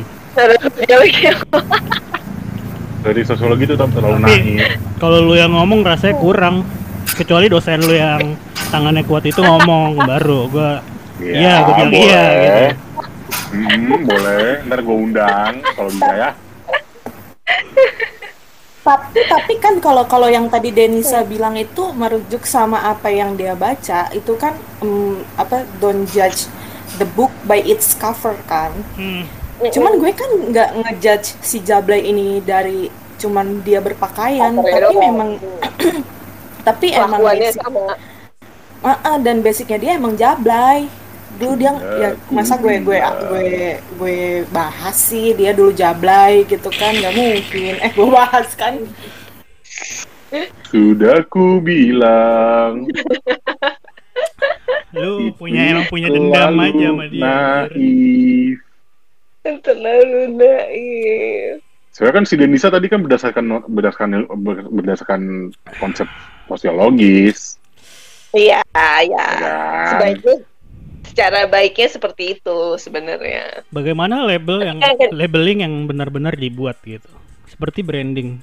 Dari sosiologi itu terlalu Tapi naif. kalau lu yang ngomong rasanya kurang. Kecuali dosen lu yang tangannya kuat itu ngomong baru gua iya gua bilang iya gitu. Hmm, boleh. Ntar gue undang kalau bisa ya. Tapi tapi kan kalau kalau yang tadi Denisa bilang itu merujuk sama apa yang dia baca itu kan em, apa don't judge the book by its cover kan. Hmm. Cuman gue kan nggak ngejudge si Jablay ini dari cuman dia berpakaian, Covernya tapi doang. memang tapi emang Kelakuannya basic, sama. Ah, ah, dan basicnya dia emang Jablay. Dulu dia ya masa gue gue gue gue bahas sih dia dulu Jablay gitu kan, nggak mungkin. Eh gue bahas kan. Sudah ku bilang. Lu itu punya emang punya dendam terlalu aja sama dia. Naif. Terlalu naif. Sebenarnya kan si Denisa tadi kan berdasarkan berdasarkan berdasarkan konsep sosiologis. Iya, ya. Kan? Sebaiknya secara baiknya seperti itu sebenarnya. Bagaimana label yang Kan- kan- labeling yang benar-benar dibuat gitu? Seperti branding.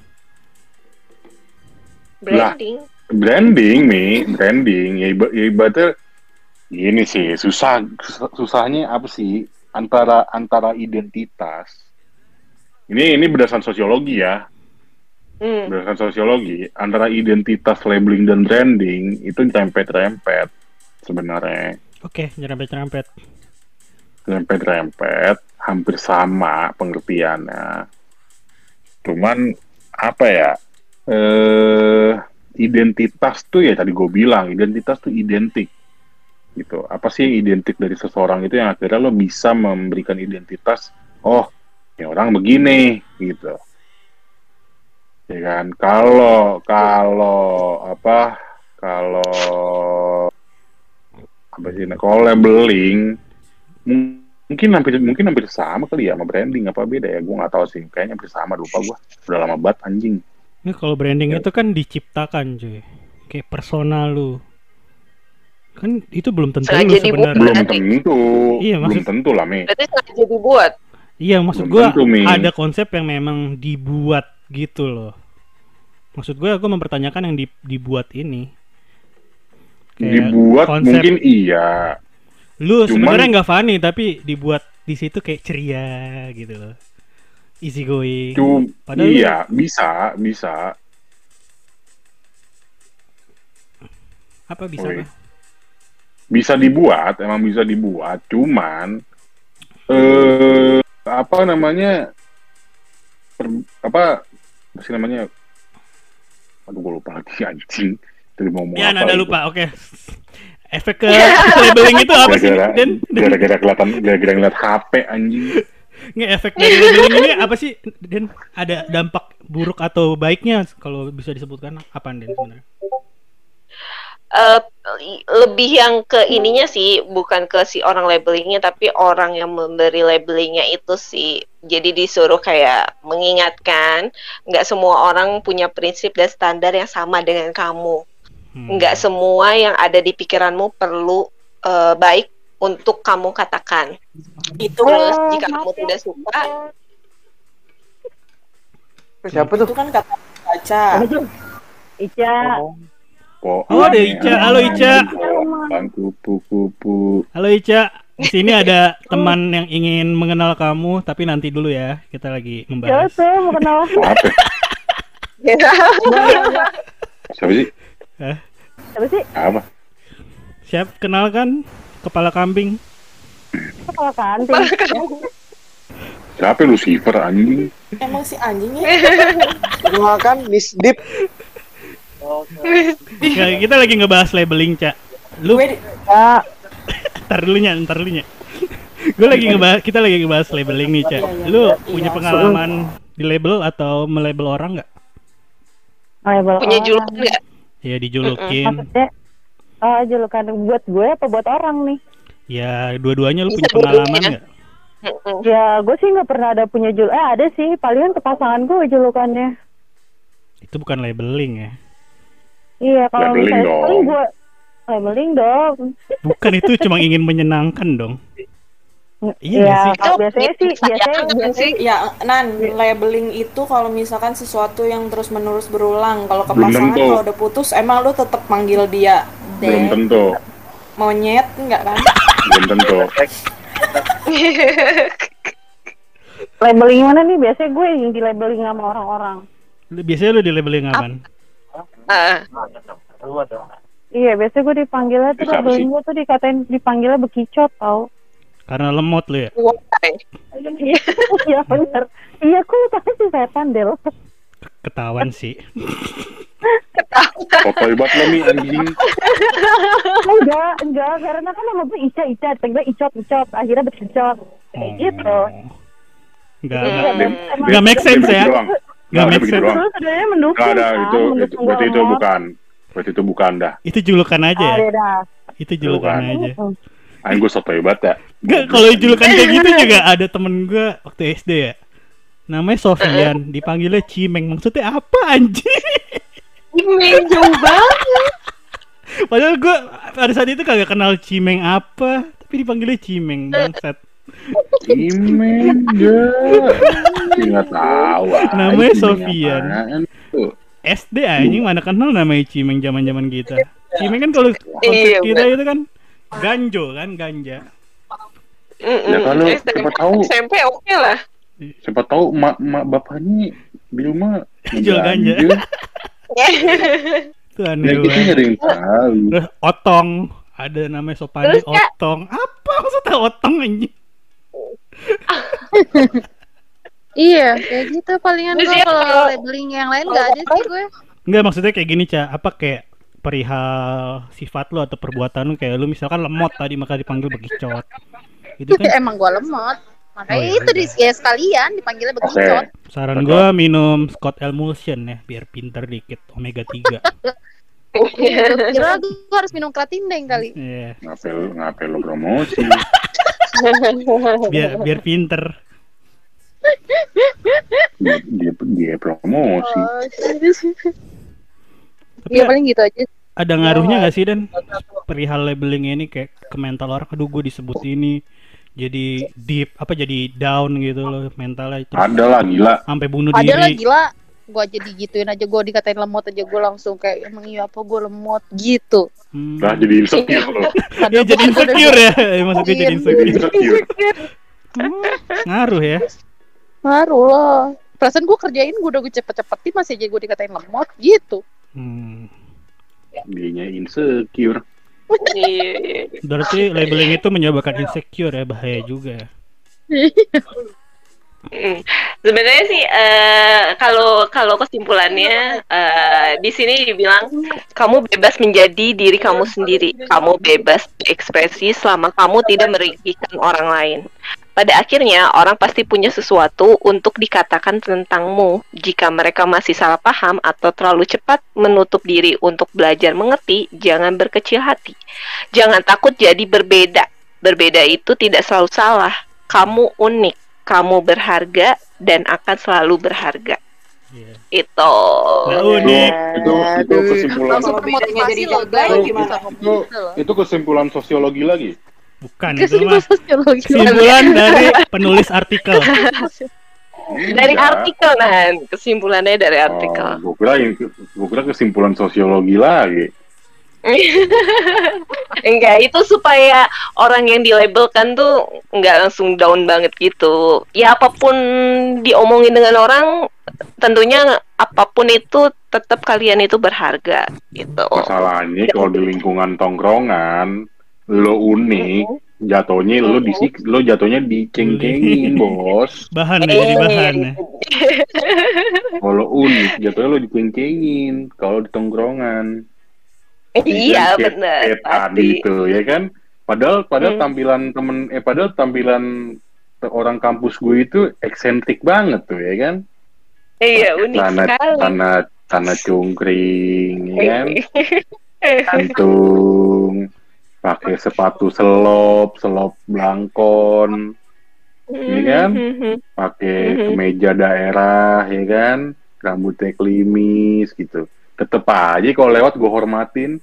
Branding. Branding nih, branding ya, iba, ya ibaratnya ini sih susah susah- susahnya apa sih antara antara identitas. Ini ini berdasarkan sosiologi ya. Hmm. Berdasarkan sosiologi, antara identitas, labeling, dan branding itu nyerempet-nyerempet sebenarnya. Oke, nyerempet-nyerempet. Nyerempet-nyerempet, hampir sama pengertiannya. Cuman, apa ya, eh, identitas tuh ya tadi gue bilang, identitas tuh identik. Gitu. Apa sih yang identik dari seseorang itu yang akhirnya lo bisa memberikan identitas, oh, ya orang begini, gitu. Ya kan, kalau kalau apa kalau apa sih nah, kalau labeling m- mungkin hampir mungkin hampir sama kali ya sama branding, apa beda ya, gue nggak tahu sih, kayaknya hampir sama, lupa gue udah lama banget anjing. Ini kalau branding Ya. itu kan diciptakan cuy. Kayak persona lu. Kan itu belum tentu Sengaja lu dibuat. sebenarnya. Belum Berarti- tentu, Iya, belum maksud- tentu lah Mi. Berarti sengaja dibuat. Iya, maksud Belum gua tentu, Mi. ada konsep yang memang dibuat gitu loh. Maksud gue, gue mempertanyakan yang di- dibuat ini. Kayak Dibuat konsep mungkin iya. lu cuman- sebenarnya nggak funny tapi dibuat di situ kayak ceria gitu loh. Easy going. Cum, Padahal iya, bisa, bisa. Apa bisa Woi. apa? Bisa dibuat, emang bisa dibuat, cuman eh apa namanya per- apa apa sih namanya, aduh gue lupa lagi anjing, tadi mau ngomong Ya, apa nada itu. lupa. Oke. Efek ke labeling itu apa sih? gara-gara Dan gara-gara kelihatan gara-gara ngeliat H P anjing. Nggak, efek dari labeling ini apa sih, Den? Ada dampak buruk atau baiknya kalau bisa disebutkan apa, Den, sebenarnya? Uh, lebih yang ke ininya sih, bukan ke si orang labelingnya, tapi orang yang memberi labelingnya itu sih. Jadi disuruh kayak mengingatkan, nggak semua orang punya prinsip dan standar yang sama dengan kamu. Hmm. Nggak semua yang ada di pikiranmu perlu uh, baik untuk kamu katakan. Itu terus uh, jika kamu tidak suka. Siapa tuh? Itu kan kata baca. Ica. Oh, oh ada Ica. Halo Ica. Kupu-kupu. Halo Ica. Di sini ada teman yang ingin mengenal kamu, tapi nanti dulu ya. Kita lagi membahas. Siapa mau kenal? Apa? Siapa sih? Hah? Siapa sih? Apa? Siap, kenalkan kepala kambing. Kepala kambing. Siapa Lucifer anjing? Emang si anjingnya? Kenalkan Miss Deep. Ya, kita lagi ngebahas labeling, Cak. Lu Gue di- Ya, ntar dulunya, ntar dulunya. Gue lagi ngebahas, kita lagi ngebahas labeling nih, Cak. Lu punya pengalaman di label atau melabel orang nggak? label Punya orang. julukan nggak? Ya dijulukin. Maksudnya, oh, julukan buat gue apa buat orang nih? Ya dua-duanya lu Bisa punya pengalaman dua-duanya. nggak? Mm-mm. Ya, gue sih nggak pernah ada punya jul. Eh, ada sih. Palingan ke pasangan gue julukannya. Itu bukan labeling ya. Iya, kalau Labeling misalnya dong. paling gue labeling dong. Bukan, itu cuma ingin menyenangkan dong. Iya nggak Ya, sih? kalau biasanya sih, biasanya, Sayang nggak biasanya sih? Ya, Nan, labeling itu kalau misalkan sesuatu yang terus-menerus berulang. Kalau ke Belum pasangan tentu. kalau udah putus, emang lu tetap manggil dia Belum Dek, tentu. monyet enggak kan? Belum tentu. labeling mana nih? Biasanya gue yang di labeling sama orang-orang. Biasanya lu di labeling apaan? Ah, Iya, biasanya gue dipanggilnya tuh Siapa labeling sih? gue tuh dikatain dipanggilnya bekicot tau. Karena lemot lu ya. why? Iya bener. Iya, kok lu tahu sih setan Del. Ketahuan sih. Foto hebat lo nih anjing. Enggak, enggak, karena kan nama gue Ica, Ica, tiba Icot, Icot, akhirnya bekicot. Kayak gitu. Enggak, Iya, enggak. emang- Nggak make sense ya. Doang. Nggak Nggak, make begitu sense. doang. Terus sebenarnya mendukung Nggak ada kan, itu, itu mendukung berarti itu lemot. bukan. Berarti itu bukan dah. Itu julukan aja Ah, ya. ya dah. Itu julukan Bukan. aja. Anjing gue soto hebat ya. Enggak, kalau julukan kayak gitu juga ada temen gue waktu S D ya. Namanya Sofian, dipanggilnya Cimeng. Maksudnya apa anjing? Ini jauh banget. Padahal gue pada saat itu kagak kenal Cimeng apa, tapi dipanggilnya Cimeng, bangsat. Cimeng enggak. Nggak tahu. Namanya anjing, Sofian. apaan tuh? S D anjing mana kenal namanya Cimeng zaman-zaman kita. Cimeng kan kalau konsep Iya, kita bener. itu kan ganjo kan, ganja. Ya kalau S M P siapa tahu. S M P oke lah. Siapa tahu mak mak bapaknya di rumah Jual ganja. Itu aneh Ya kita banget. nggak ada yang tahu. Terus Otong, ada namanya Sopandi Terus, Kak? Otong. Apa maksudnya Otong anjing? Iya, kayak gitu palingan Terus gue ya, kalau kalau- labeling yang lain nggak ada sih gue. Enggak, maksudnya kayak gini, Ca. Apa kayak perihal sifat lu atau perbuatan lu, kayak lu misalkan lemot tadi maka dipanggil bekicot. Itu kan Emang gue lemot. Makanya Oh, iya, itu iya. di ya sekalian dipanggilnya Oke. bekicot. saran gua minum Scott Emulsion ya biar pinter dikit, omega tiga. Kira gue harus minum Kratindeng kali. Iya, Ngapel ngapel lo promosi. biar biar pinter. Dia dia, dia promosi. Oh, Tapi iya ya, paling gitu aja. ada ngaruhnya nggak sih, Dan, perihal labeling ini kayak ke mental orang? Aduh, gue disebut ini jadi deep apa jadi down gitu loh mentalnya, terus Ada lah gila. sampai bunuh Ada lah diri. gila. Gue aja digituin aja, gue dikatain lemot aja gue langsung kayak emang iya apa gue lemot gitu. Hmm. Lah jadi insecure lo. Ya jadi insecure ya, maksudnya jadi Iya. insecure. Insecure. Hmm, ngaruh ya. Ngaruh loh. Perasaan gue kerjain gue udah gue cepet-cepetin masih aja gue dikatain lemot gitu. Hmm. Dianya insecure. Iya. Berarti labeling itu menyebabkan insecure ya, bahaya juga ya. Mm. Sebenarnya sih eh, kalau kalau kesimpulannya eh, di sini dibilang kamu bebas menjadi diri kamu sendiri. Kamu bebas berekspresi selama kamu tidak merugikan orang lain. Pada akhirnya, orang pasti punya sesuatu untuk dikatakan tentangmu. Jika mereka masih salah paham atau terlalu cepat menutup diri untuk belajar mengerti, jangan berkecil hati. Jangan takut jadi berbeda. Berbeda itu tidak selalu salah. Kamu unik, kamu berharga, dan akan selalu berharga. Iya. Itu. Nah, unik. Itu itu kesimpulan Langsung Bedanya termotivasi dari loh jawaban guys. itu, Bisa itu, ngomong gitu loh. itu kesimpulan sosiologi lagi. Bukan itu Kesimpulan mah sosiologi. kesimpulan dari penulis artikel. Dari Enggak. artikel, nah. Kesimpulannya dari artikel. Oh, gue kira gue kira kesimpulan sosiologi lagi. Enggak, itu supaya orang yang dilabelkan tuh enggak langsung down banget gitu. Ya apapun diomongin dengan orang, tentunya apapun itu tetap kalian itu berharga gitu. Masalahnya kalau di lingkungan tongkrongan lo unik, jatuhnya lo di lo jatuhnya diceng-cengin, Bos. Bahan ya, jadi bahan ya. Kalau unik, jatuhnya lo diceng-cengin kalau di tongkrongan. Iya, Kayak- benar. kayak tadi Pasti. itu ya kan. Padahal padahal Hmm. tampilan temen eh padahal tampilan te- orang kampus gue itu eksentrik banget tuh ya kan. Iya, unik Celana sekali. celana celana cungkring ya kan. Kantung, pakai sepatu selop, selop blangkon, ya kan? Pakai Mhm. kemeja daerah, ya kan? Rambutnya klimis gitu. Tetep aja kalau lewat gue hormatin.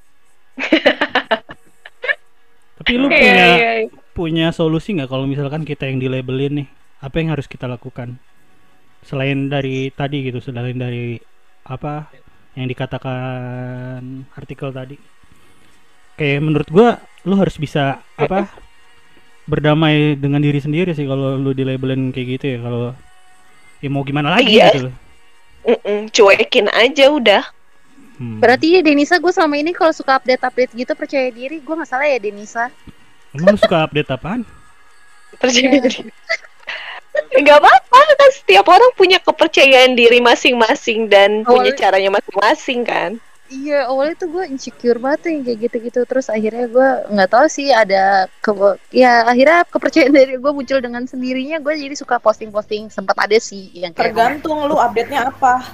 Tapi lu Iya, punya iya, iya. punya solusi nggak kalau misalkan kita yang dilabelin nih? Apa yang harus kita lakukan? Selain dari tadi gitu, selain dari apa yang dikatakan artikel tadi. Kayak menurut gua lu harus bisa apa berdamai dengan diri sendiri sih kalau lu dilabelin kayak gitu ya. Kalau ya mau gimana lagi Iya. gitu loh. Mm-mm, cuekin aja udah. Hmm. Berarti Denisa gue selama ini kalau suka update-update gitu percaya diri, gue nggak salah ya Denisa. Emang lu suka update apaan? Percaya diri. Nggak apa-apa kan, setiap orang punya kepercayaan diri masing-masing dan punya Awalnya- caranya masing-masing kan. Iya, awalnya tuh gue insecure banget tuh yang kayak gitu-gitu. Terus akhirnya gue nggak tahu sih ada ke ya akhirnya kepercayaan diri gue muncul dengan sendirinya. Gue jadi suka posting-posting. Sempat ada sih yang kayak Tergantung lu update-nya apa.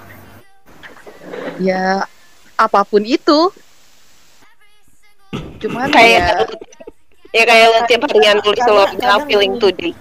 ya apapun itu. Cuman Kayak ya ya kayak lo tiap harian tulis lo Kadang- kadang- feeling today.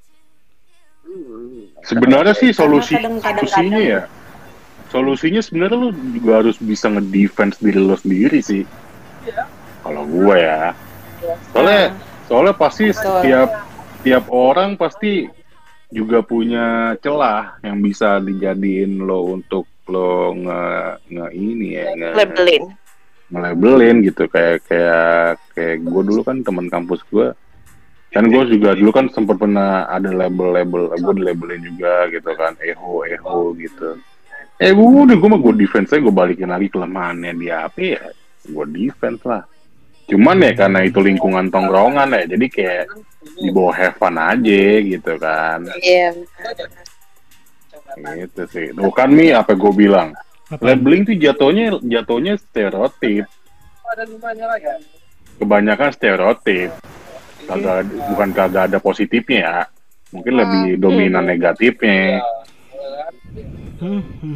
Sebenarnya sih solusi kadang- kadang- solusinya ya. Solusinya sebenarnya lu juga harus bisa ngedefense diri lo sendiri sih. Kalau gue ya. Soalnya soalnya pasti Betul. tiap tiap orang pasti juga punya celah yang bisa dijadiin lo untuk lo nge, nge ini ya nge, Labelin. nge-labelin gitu kayak kayak kayak gue dulu kan teman kampus gue kan gue juga dulu kan sempat pernah ada label-label gue dilabelin juga gitu kan eho eho gitu eh gue udah gue mah gue defense gue balikin lagi kelemahannya dia apa ya gue defense lah cuman ya karena itu lingkungan tongkrongan ya jadi kayak di bawah have fun aja gitu kan iya. gitu sih tuh kan Mi apa gue bilang Apa? labeling tuh jatuhnya jatuhnya stereotip Ada rumahnya lagi. kebanyakan stereotip kagak bukan kagak ada positifnya ya mungkin lebih dominan negatifnya Hmm, hmm.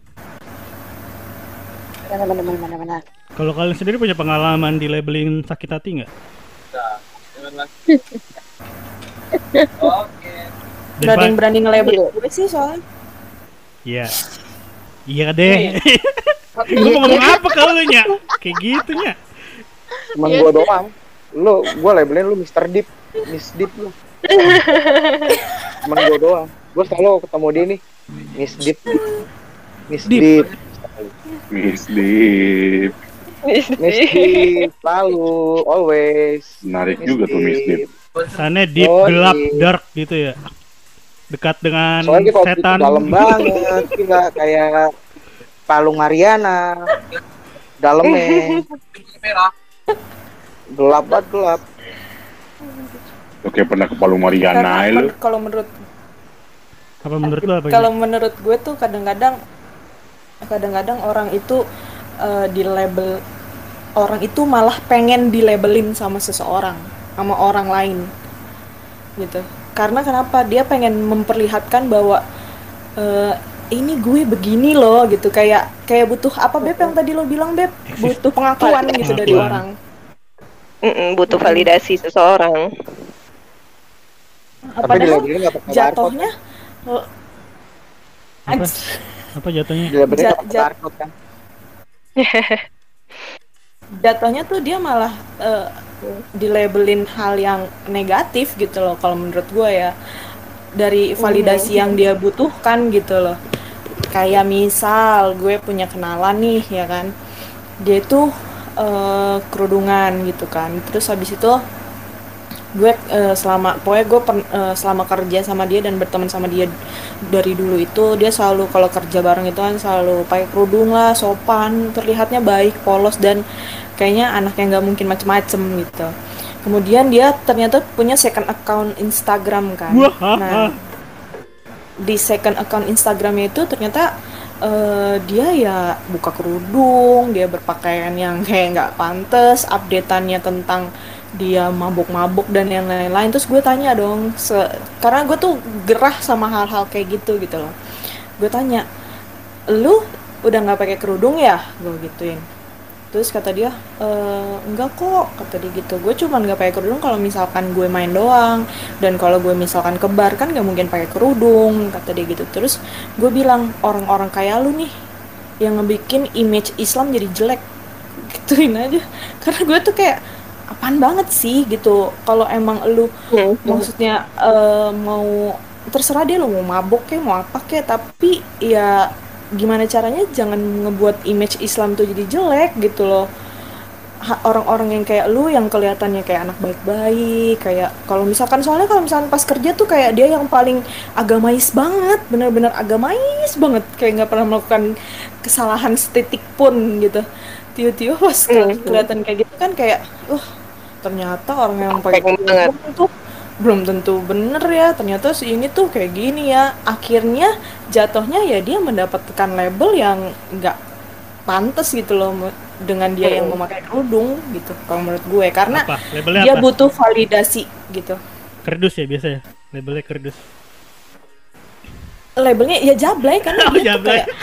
Benar-benar benar-benar. Kalau kalian sendiri punya pengalaman di labeling sakit hati nggak? Oke. Dan Gak ada yang Pak- berani nge-label gue sih soalnya. Iya. Iya deh. Gue mau ngomong apa kalau lu nya? Kayak gitu nya. Cuman gue doang. Lu, gue labelin lu mister Deep, Miss Deep lu. Cuman gue doang. Gue selalu ketemu dia nih, Miss Deep, Miss Deep. Deep, Miss Deep Miss Deep, selalu, always. menarik juga tuh Miss Deep Sana deep, Oh, gelap, iya. dark gitu ya. Dekat dengan Soalnya kalau itu setan. dalam banget, gila kayak Palung Mariana, dalamnya Merah. gelap banget gelap. oke pernah ke Palu Mariana Karena lu men- kalau menurut Apa menurut lu apa? kalau menurut gue tuh kadang-kadang kadang-kadang orang itu eh, di label orang itu malah pengen dilabelin sama seseorang, sama orang lain gitu. Karena kenapa? Dia pengen memperlihatkan bahwa eh, ini gue begini loh gitu, kayak kayak butuh apa Beb yang tadi lo bilang Beb, butuh pengakuan gitu dari Pengakuan. orang. Mm-mm, butuh validasi seseorang. Tapi di Padahal labelin nggak pakai barcode. jatuhnya eh, Apa? anj- Apa jatuhnya? Di labelin Ja- nggak pakai ja- barcode kan. jatuhnya tuh dia malah eh, dilabelin hal yang negatif gitu loh kalau menurut gue ya, dari validasi yang dia butuhkan gitu loh. Kayak misal gue punya kenalan nih ya kan, dia tuh eh, kerudungan gitu kan, terus habis itu gue eh, selama pokoknya gue pen- eh, selama kerja sama dia dan berteman sama dia dari dulu itu, dia selalu kalau kerja bareng itu kan selalu pakai kerudung lah, sopan, terlihatnya baik, polos, dan kayaknya anak yang nggak mungkin macem-macem gitu. Kemudian dia ternyata punya second account Instagram kan. Wah, ah, Nah, ah. di second account Instagramnya itu ternyata eh, dia ya buka kerudung, dia berpakaian yang kayak nggak pantas, updateannya tentang dia mabuk-mabuk dan yang lain-lain. Terus gue tanya dong, se- karena gue tuh gerah sama hal-hal kayak gitu gitu loh. Gue tanya, lu udah nggak pakai kerudung ya? Gue gituin. Terus kata dia, e, enggak kok, kata dia gitu. Gue cuman nggak pakai kerudung kalau misalkan gue main doang, dan kalau gue misalkan ke bar kan nggak mungkin pakai kerudung, kata dia gitu. Terus gue bilang, orang-orang kayak lu nih yang ngebikin image Islam jadi jelek, gituin aja. Karena gue tuh kayak apaan banget sih gitu. Kalau emang lu maksudnya eh, mau terserah dia, lu mau mabok kayak mau apa kayak, tapi ya gimana caranya jangan ngebuat image Islam tuh jadi jelek gitu loh. Ha- orang-orang yang kayak lu yang kelihatannya kayak anak baik-baik, kayak kalau misalkan soalnya kalau misalkan pas kerja tuh kayak dia yang paling agamais banget, bener-bener agamais banget, kayak nggak pernah melakukan kesalahan setitik pun gitu. Tiba-tiba pas ke- kelihatan kayak gitu kan kayak, wah ternyata orang yang pakai Pengen banget. kerudung tuh belum tentu bener ya, ternyata si ini tuh kayak gini ya. Akhirnya jatuhnya ya dia mendapatkan label yang nggak pantas gitu loh mu- dengan dia yang memakai kerudung gitu kalau menurut gue, karena Apa? Labelnya dia apa? butuh validasi gitu. Kerdus ya biasa ya? Labelnya kerdus. Labelnya ya jablay karena Oh, dia tuh jablay. kayak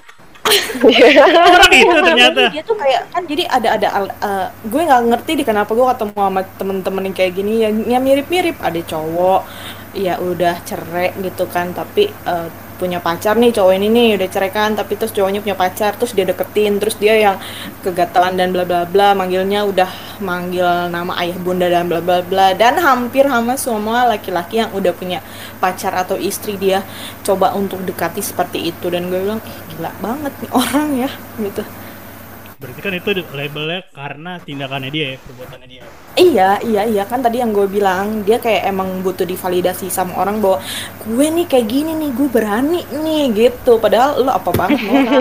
Orang itu ternyata. dia tuh kayak kan, jadi ada ada al- eh, gue nggak ngerti di kenapa gue ketemu sama temen-temen yang kayak gini yang, yang mirip-mirip. Ada cowok ya udah cerai gitu kan, tapi eh, punya pacar nih, cowok ini nih udah cerai kan, tapi terus cowoknya punya pacar, terus dia deketin, terus dia yang kegatalan dan bla bla bla, manggilnya udah manggil nama ayah bunda dan bla bla bla, dan hampir sama semua laki-laki yang udah punya pacar atau istri dia coba untuk dekati seperti itu. Dan gue bilang, eh gila banget nih orang ya gitu. Berarti kan itu labelnya karena tindakannya dia ya, perbuatannya dia. Iya, iya, iya kan tadi yang gue bilang, dia kayak emang butuh divalidasi sama orang bahwa gue nih kayak gini nih, gue berani nih gitu. Padahal lo apa banget Nora?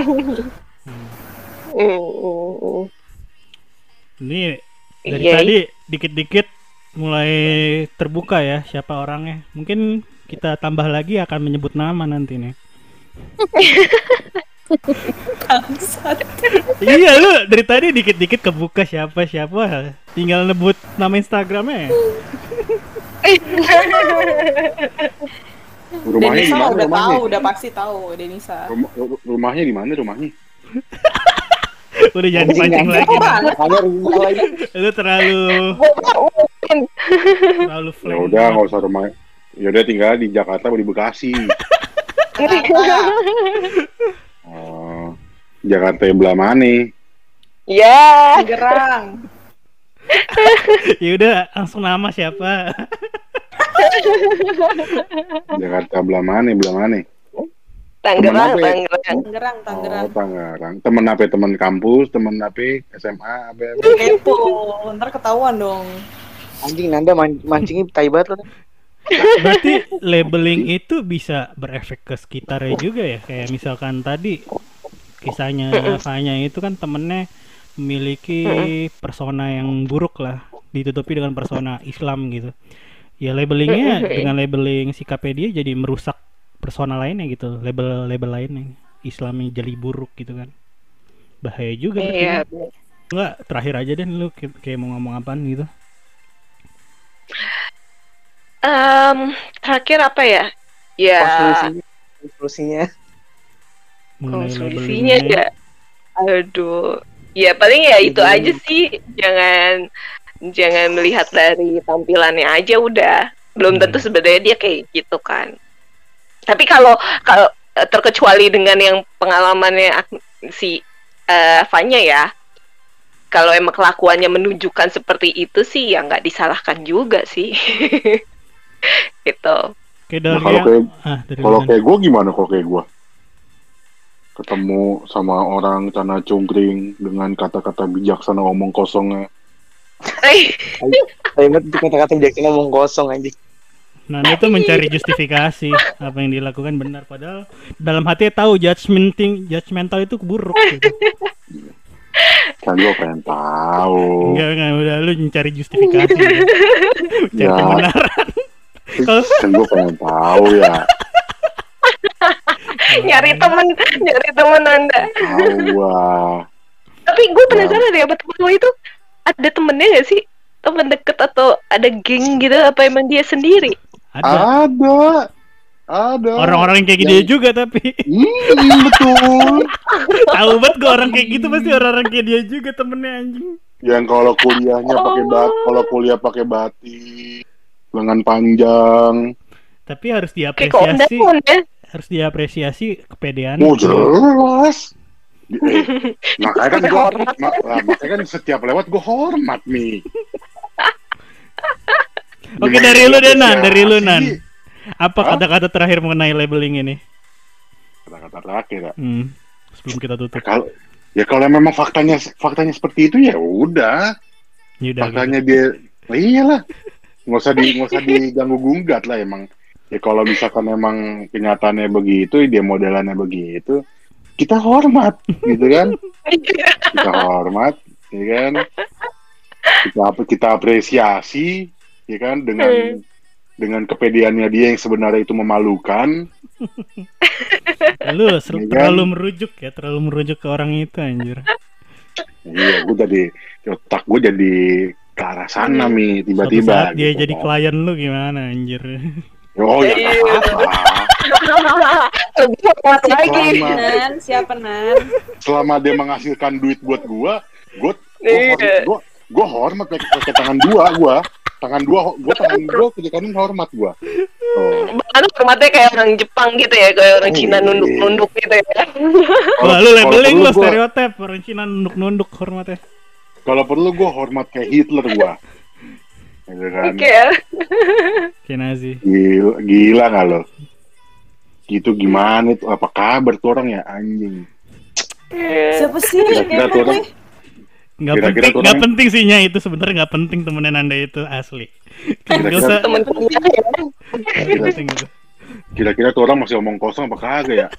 Ini dari Iya. tadi dikit-dikit mulai terbuka ya siapa orangnya. Mungkin kita tambah lagi akan menyebut nama nanti nih. Bangsat. Iya, lu dari tadi dikit-dikit kebuka siapa-siapa. Tinggal nebut nama Instagramnya. Rumahnya di Denisa mana? udah Rumahnya? tahu, udah pasti tahu Denisa. Rumah- ru- rumahnya di mana rumahnya? Udah jangan dipancing lagi. Ada rumah lagi. Lu terlalu terlalu Ya flame. udah nggak usah rumah. Ya udah tinggal di Jakarta atau di Bekasi. Oh, Jakarta yang belah mana? Ya. Tangerang. Ya udah langsung nama siapa? Jakarta belah mana? Belah mana? Tangerang, Temen apa ya? Tangerang. Tangerang, Tangerang. Oh, Tangerang. Temen apa? Temen kampus, temen apa? S M A apa? Kepo, ntar ketahuan dong. Anjing Nanda man- mancingnya tai banget lo. Berarti labeling itu bisa berefek ke sekitarnya juga ya. Kayak misalkan tadi kisahnya Fanya itu kan temennya memiliki persona yang buruk lah, ditutupi dengan persona Islam gitu. Ya labelingnya dengan labeling sikapnya dia jadi merusak persona lainnya gitu, label-label lainnya. Islamnya jadi buruk gitu kan. Bahaya juga berarti. Iya. kan. Enggak, terakhir aja deh lu kayak kayak mau ngomong apaan gitu. Um, terakhir apa ya? Ya, Konklusinya, konklusinya. Mengenai konklusinya labelingnya. ya. Aduh, ya paling ya itu aja sih. Jangan jangan melihat dari tampilannya aja udah. Belum tentu Hmm. sebenarnya dia kayak gitu kan. Tapi kalau kalau eh, terkecuali dengan yang pengalamannya ak- si eh, Fanya ya, kalau emang kelakuannya menunjukkan seperti itu sih ya nggak disalahkan juga sih. Gitu. Kayak Nah, dari kalau yang kayak ah dari kalau Lisan. kayak gue gimana kalau kayak gue? Ketemu sama orang cana cungkring dengan kata-kata bijaksana omong kosongnya. Eh, Tapi itu kata-kata bijaksana ngomong kosong aja. Nah, dia tuh mencari justifikasi apa yang dilakukan benar, padahal dalam hati tahu judgmenting, judgmental itu buruk gitu. Kan gue pengen tahu. Enggak, enggak, udah lu mencari justifikasi. Gitu. Mencari Ya. kebenaran. Kalau Kan gue pengen tahu ya. nyari temen, nyari temen Anda. Tahu gua. Tapi gue penasaran ya, temen lo itu ada temennya gak sih? Temen deket atau ada geng gitu? Apa emang dia sendiri? ada Ada. Ada. orang-orang yang kayak gitu Yang- juga tapi Hmm, betul. tahu banget gue orang kayak gitu pasti orang-orang kayak dia juga temennya anjing. Yang kalau kuliahnya pakai bat, Oh. kalau kuliah pakai batik, lengan panjang. Tapi harus Kayak kok diapresiasi, daun ya? harus diapresiasi kepedean. Oh jelas. Eh, makanya kan gue, mak- lah, makanya kan setiap lewat gue hormat nih. Oke, Gimana dari lu deh, Nan. apresiasi? Dari lu, Nan. Apa Hah? kata-kata terakhir mengenai labeling ini? Kata-kata terakhir ya. Hmm, sebelum kita tutup. Kalau ya kalau memang faktanya faktanya seperti itu ya udah. Ya udah, Faktanya dia, nah, iyalah. Nggak usah di nggak usah diganggu gugat lah emang. Ya kalau misalkan emang kenyataannya begitu, dia modelannya begitu, kita hormat, gitu kan? Kita hormat, ya kan? Kita kita apresiasi, ya kan? Dengan dengan kepedeannya dia yang sebenarnya itu memalukan. lu ser- Ya kan? terlalu merujuk ya, terlalu merujuk ke orang itu anjir. Iya, gue jadi otak gue jadi ke arah sana nih Suatu tiba-tiba. saat dia gitu jadi kan. klien lu gimana anjir. Oh ya nggak apa-apa. Lebih hormat lagi. Selama, Nan, siapa Nan? selama dia menghasilkan duit buat gua, gua Iya. gua, gua, gua hormat pakai pakai tangan dua gua. Tangan dua, gua tangan dua ke kanan hormat gua. Oh. Bahkan hormatnya kayak orang Jepang gitu ya, kayak orang Oh, Cina iya. nunduk-nunduk gitu ya. Wah, lu labeling lu perlu gua- stereotip orang Cina nunduk-nunduk hormatnya. Kalau perlu gua hormat kayak Hitler gua. Gitu kan. Oke ya. Kayak Nazi. Gila, gila nggak lo? Gitu gimana itu? Apa kabar tuh orang ya anjing? Siapa sih? Kira-kira tuh orang, Nggak Kira-kira penting, tuh nggak orang- penting sih Nya, itu sebenarnya nggak penting temenan Anda itu asli. Kira-kira- Nggak usah. Temen kuliah ya. Nggak penting itu. kira-kira tuh orang masih omong kosong apa kagak ya?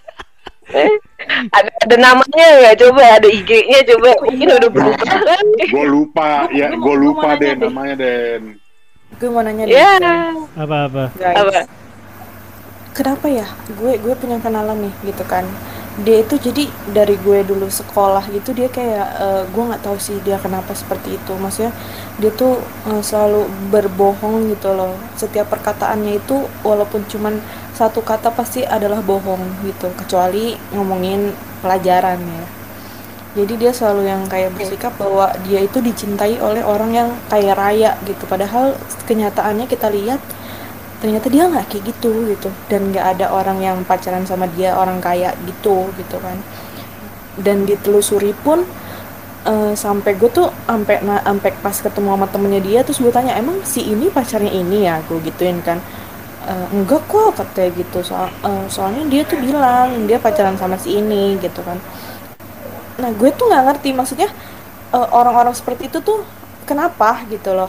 Ada ada namanya nggak? Coba ada I G-nya coba. Mungkin udah berubah kan? Gue lupa, ya Gua mau- gue gua mau lupa nanya Den, deh. namanya Den. Gue mau nanya deh. Ya. Apa-apa. Guys. Apa? Kenapa ya? Gue gue punya kenalan nih gitu kan. Dia itu jadi dari gue dulu sekolah gitu dia kayak eh, gue nggak tahu sih dia kenapa seperti itu. Maksudnya dia tuh eh, selalu berbohong gitu loh. Setiap perkataannya itu walaupun cuman satu kata pasti adalah bohong gitu. Kecuali ngomongin pelajaran ya. Jadi dia selalu yang kayak bersikap bahwa dia itu dicintai oleh orang yang kaya raya gitu. Padahal kenyataannya kita lihat ternyata dia nggak kayak gitu gitu. Dan nggak ada orang yang pacaran sama dia orang kaya gitu gitu kan. Dan ditelusuri pun eh, sampai gue tuh sampai nah, sampai pas ketemu sama temennya dia terus gue tanya emang si ini pacarnya ini ya, gue gituin kan. "Eh, enggak kok," katanya gitu. Soal, eh, soalnya dia tuh bilang dia pacaran sama si ini gitu kan. Nah gue tuh nggak ngerti maksudnya eh, orang-orang seperti itu tuh kenapa gitu loh.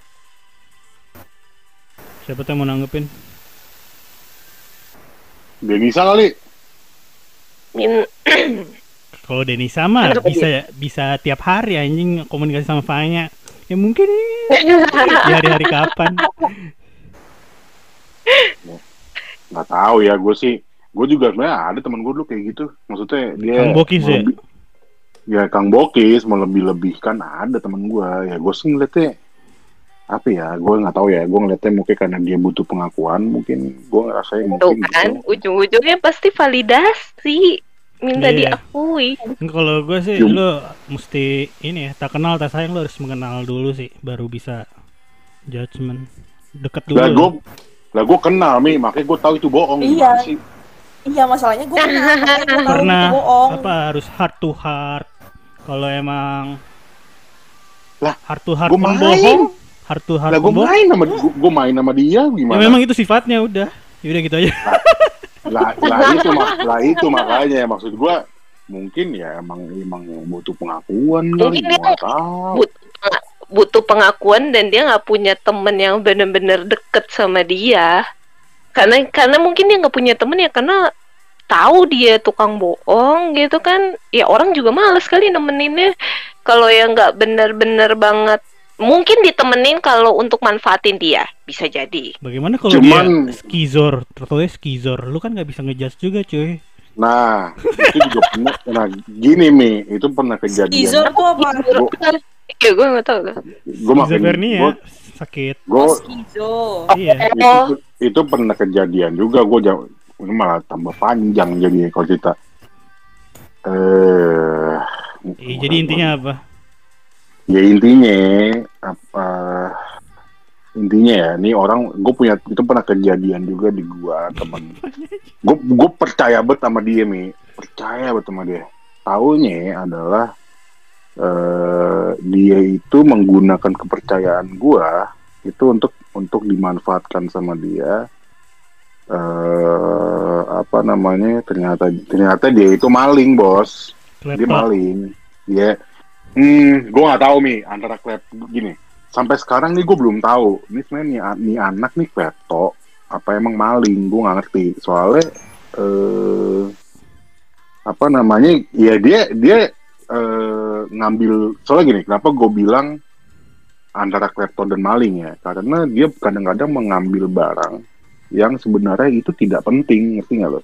Siapa tuh yang mau nanggepin? Denisa kali. Min Kalau Denisa mah Kenapa bisa bisa tiap hari anjing komunikasi sama Fanya. Ya mungkin di hari-hari kapan. Nggak tahu ya, gue sih, gue juga sebenarnya ada teman gue dulu kayak gitu. Maksudnya dia Kang Bokis ya? melebih- ya Kang Bokis melebih-lebihkan ada teman gue. Ya gue sih ngeliatnya apa ya, gue nggak tahu ya, gue ngeliatnya mungkin karena dia butuh pengakuan, mungkin gue ngerasain Tuh mungkin kan, gitu. ujung-ujungnya pasti validasi, minta Iya. diakui. Kalau gue sih Cum- lu mesti ini ya, tak kenal tak sayang, lu harus mengenal dulu sih baru bisa judgement. Deket dulu. Lah gue, lah gue kenal Mi, makanya gue tahu itu bohong. Iya. Gimana sih? Iya, masalahnya gue kenal, makanya gue tahu Pernah itu bohong. apa harus heart to heart. Kalau emang Lah, heart to heart gua main. pembohong, heart to heart Lah gue pembohong. main sama gue main sama dia Ya gimana? memang itu sifatnya udah. Ya udah gitu aja. lah, lah itu mak, lah itu makanya maksud gue mungkin ya emang emang butuh pengakuan kali, Mungkin dia gue nggak tahu. butuh, butuh pengakuan dan dia nggak punya temen yang bener-bener deket sama dia. Karena karena mungkin dia nggak punya temen ya karena tahu dia tukang bohong gitu kan. Ya orang juga males kali nemeninnya. Kalau yang nggak bener-bener banget, mungkin ditemenin kalau untuk manfaatin dia, bisa jadi. Bagaimana kalau Cuman- dia skizor, tertulis skizor, lu kan nggak bisa ngejudge juga cuy. Nah, itu juga pernah. Nah, gini Mi, itu pernah kejadian. Skizor tuh apa? Gua- Iya, gue nggak tahu lah. Gue makin, Skizofrenia, gue, sakit. gue Oh, skizo. Iya. itu, itu pernah kejadian juga. Gue jauh, ini malah tambah panjang jadi kalau cerita. Eh, Iya, jadi intinya apa? ya intinya apa? Intinya ya, nih orang gue punya itu pernah kejadian juga di gua temen. Gue gue percaya banget sama dia Mi, percaya banget sama dia. Taunya adalah eh, dia itu menggunakan kepercayaan gua itu untuk untuk dimanfaatkan sama dia. Eh, apa namanya? Ternyata ternyata dia itu maling bos. Dia Laptop. maling. Dia, hmm, gue nggak tahu Mi antara klep gini. Sampai sekarang nih gue belum tahu. Ini sebenarnya nih, nih anak nih klepto apa emang maling? Gue nggak ngerti. Soalnya eh, apa namanya? Ya dia dia eh, ngambil. Soalnya gini, kenapa gue bilang antara klepto dan maling ya? Karena dia kadang-kadang mengambil barang yang sebenarnya itu tidak penting, ngerti nggak lo?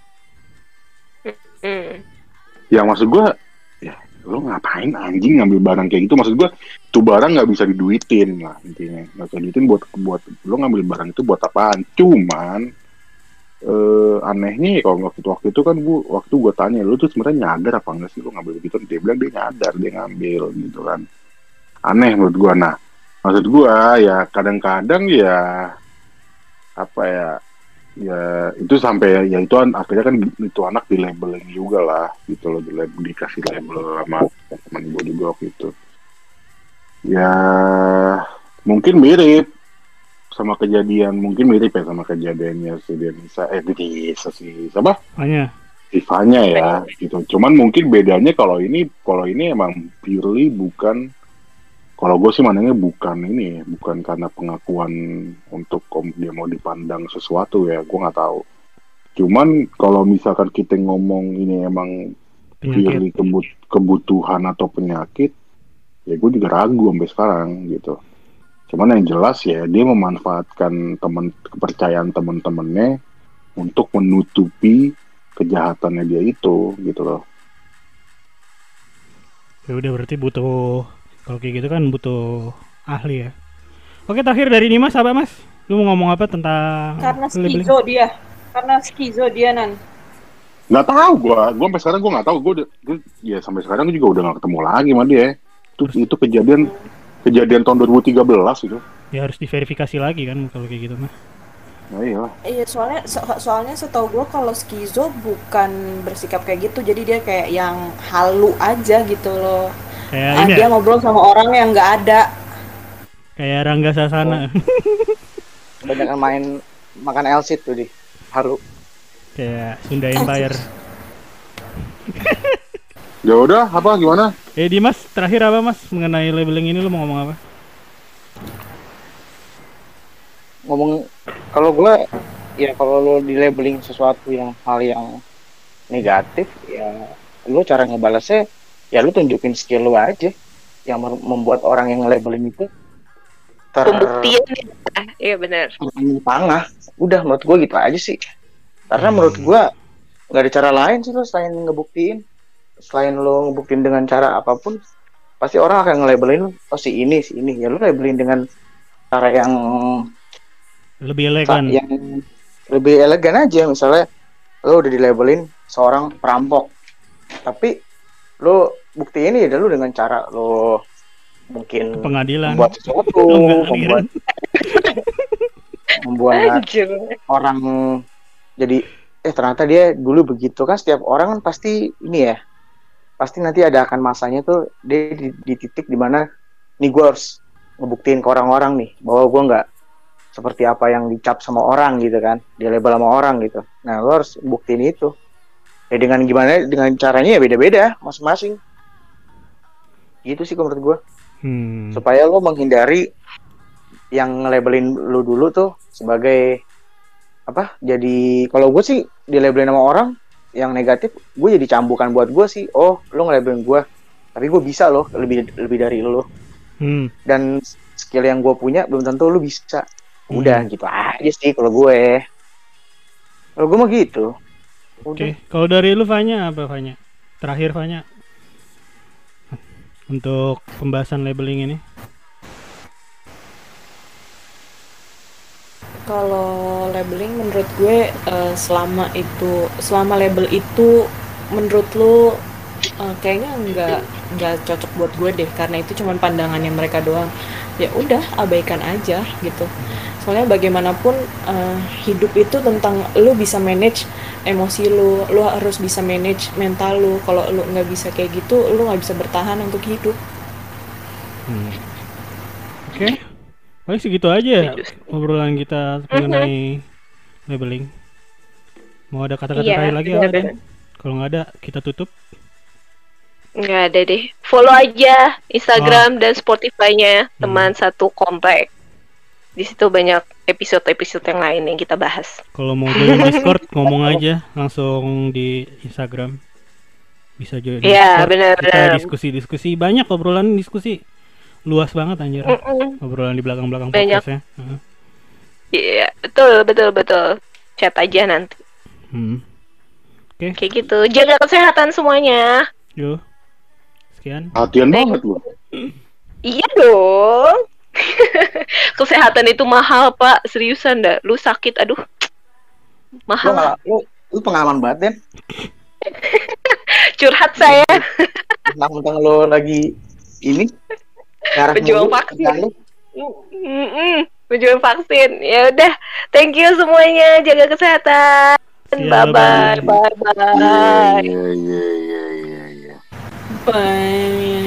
Hmm. Ya maksud gue, ya lo ngapain anjing ngambil barang kayak gitu? Maksud gue, tuh barang nggak bisa diduitin lah intinya. Nggak bisa diduitin buat buat lo ngambil barang itu buat apaan? Cuman eh, anehnya ya kalau waktu waktu itu kan gue waktu gue tanya lo tuh sebenarnya nyadar apa enggak sih lo ngambil gitu? Dia bilang dia nyadar dia ngambil gitu kan. Aneh menurut gue. Nah maksud gue ya kadang-kadang ya apa ya? Ya itu sampai ya itu an- akhirnya kan itu anak di labeling juga lah gitu loh, di label, dikasih label sama teman gue juga waktu itu. Ya mungkin mirip sama kejadian, mungkin mirip ya sama kejadiannya si Denisa, eh Denisa si siapa? Hanya Ivanya ya gitu. Cuman mungkin bedanya kalau ini kalau ini emang purely bukan, kalau gue sih mandangnya bukan ini, bukan karena pengakuan untuk om- dia mau dipandang sesuatu ya, gue nggak tahu. Cuman kalau misalkan kita ngomong ini emang penyakit. purely kebut- kebutuhan atau penyakit, ya gue juga ragu sampai sekarang gitu. Cuman yang jelas ya dia memanfaatkan teman kepercayaan teman-temannya untuk menutupi kejahatannya dia itu gitu loh. Ya udah berarti butuh, kalau kayak gitu kan butuh ahli ya. Oke, terakhir dari Dimas apa Mas? Lu mau ngomong apa tentang Karena labeling? skizo dia. Karena skizo dia, Nan. Nggak tahu gue, gue sampai sekarang gue nggak tahu gue, udah- gue ya sampai sekarang gue juga udah nggak ketemu lagi sama dia. Itu itu kejadian kejadian tahun dua ribu tiga belas itu. Ya harus diverifikasi lagi kan kalau kayak gitu mah. Nah, iya. Iya, soalnya so- soalnya setahu gue kalau skizo bukan bersikap kayak gitu, jadi dia kayak yang halu aja gitu loh. Kayak Ah, ini dia ya, ngobrol sama orang yang nggak ada. kayak Rangga Sasana. Kebanyakan main makan L C tuh di haru. Kayak Sunda Empire. Ya udah, apa gimana? Eh Dimas, terakhir apa Mas mengenai labeling ini, lu mau ngomong apa? Ngomong kalau gue ya kalau lo di labeling sesuatu yang hal yang negatif ya lo cara ngebalasnya ya lo tunjukin skill lo aja yang mer- membuat orang yang nge-labeling itu ter Pembuktian ya. Iya benar. pangah. Udah menurut gue gitu aja sih. Karena menurut gue nggak ada cara lain sih lo selain ngebuktiin. Selain lo ngebuktiin dengan cara apapun, pasti orang akan nge-labelin lo, oh si ini, si ini. Ya lo labelin dengan cara yang Lebih elegan. yang lebih elegan aja. Misalnya lo udah dilabelin seorang perampok, tapi lo buktiin ya lo dengan cara lo mungkin Ke pengadilan. membuat sesuatu, Oh, enggak, membuat membuat Anjir. orang jadi eh ternyata dia dulu begitu. Kan setiap orang kan pasti ini ya, pasti nanti ada akan masanya tuh dia di, di titik dimana nih gue harus ngebuktiin ke orang-orang nih bahwa gue nggak seperti apa yang dicap sama orang gitu kan, dia label sama orang gitu. Nah lo harus buktiin itu ya dengan gimana, dengan caranya ya beda-beda masing-masing gitu sih menurut gue. Hmm. Supaya lo menghindari yang nge-labelin lo dulu tuh sebagai apa, jadi kalau gue sih di-labelin sama orang yang negatif, gue jadi cambukan buat gue sih. Oh lo nge-labelin gue, tapi gue bisa loh lebih lebih dari lo. Hmm. Dan skill yang gue punya belum tentu lo bisa. Udah Hmm. gitu aja sih kalau gue. Kalau gue mah gitu. Oke, okay. Kalau dari lu Fanya apa Fanya? Terakhir Fanya untuk pembahasan labeling ini. Kalau labeling menurut gue uh, selama itu selama label itu menurut lu uh, kayaknya nggak nggak cocok buat gue deh, karena itu cuma pandangannya mereka doang. Ya udah abaikan aja gitu. Soalnya bagaimanapun uh, hidup itu tentang lu bisa manage emosi lu, lu harus bisa manage mental lu. Kalau lu nggak bisa kayak gitu, lu nggak bisa bertahan untuk hidup. Hmm. Oke, okay. Paling segitu aja obrolan kita mengenai labeling. Mau ada kata-kata Iya, terakhir lagi bener, apa? bener. Kalau nggak ada, kita tutup. Nggak ada deh. Follow aja Instagram oh. dan Spotify-nya teman hmm. satu komplek. Di situ banyak episode-episode yang lain yang kita bahas. Kalau mau join Discord ngomong aja langsung di Instagram. Bisa join ya, Discord. Bener, kita bener. diskusi-diskusi, banyak obrolan diskusi. Luas banget anjir. Mm-mm. Obrolan di belakang-belakang podcastnya. Uh. Iya, betul, betul, betul. Chat aja nanti. Hmm. Oke. Okay. Kayak gitu. Jaga kesehatan semuanya. Yo. Sekian. Hatian banget lu. Iya dong. Kesehatan itu mahal, Pak. Seriusan dah. Lu sakit, aduh. Mahal. Lu, lu, lu pengalaman banget, Den. Curhat saya. Mentang-mentang lu lagi ini pejuang vaksin. Pejuang vaksin. Ya udah. Thank you semuanya. Jaga kesehatan. Bye bye. Bye bye. Iya iya iya iya iya. Bye.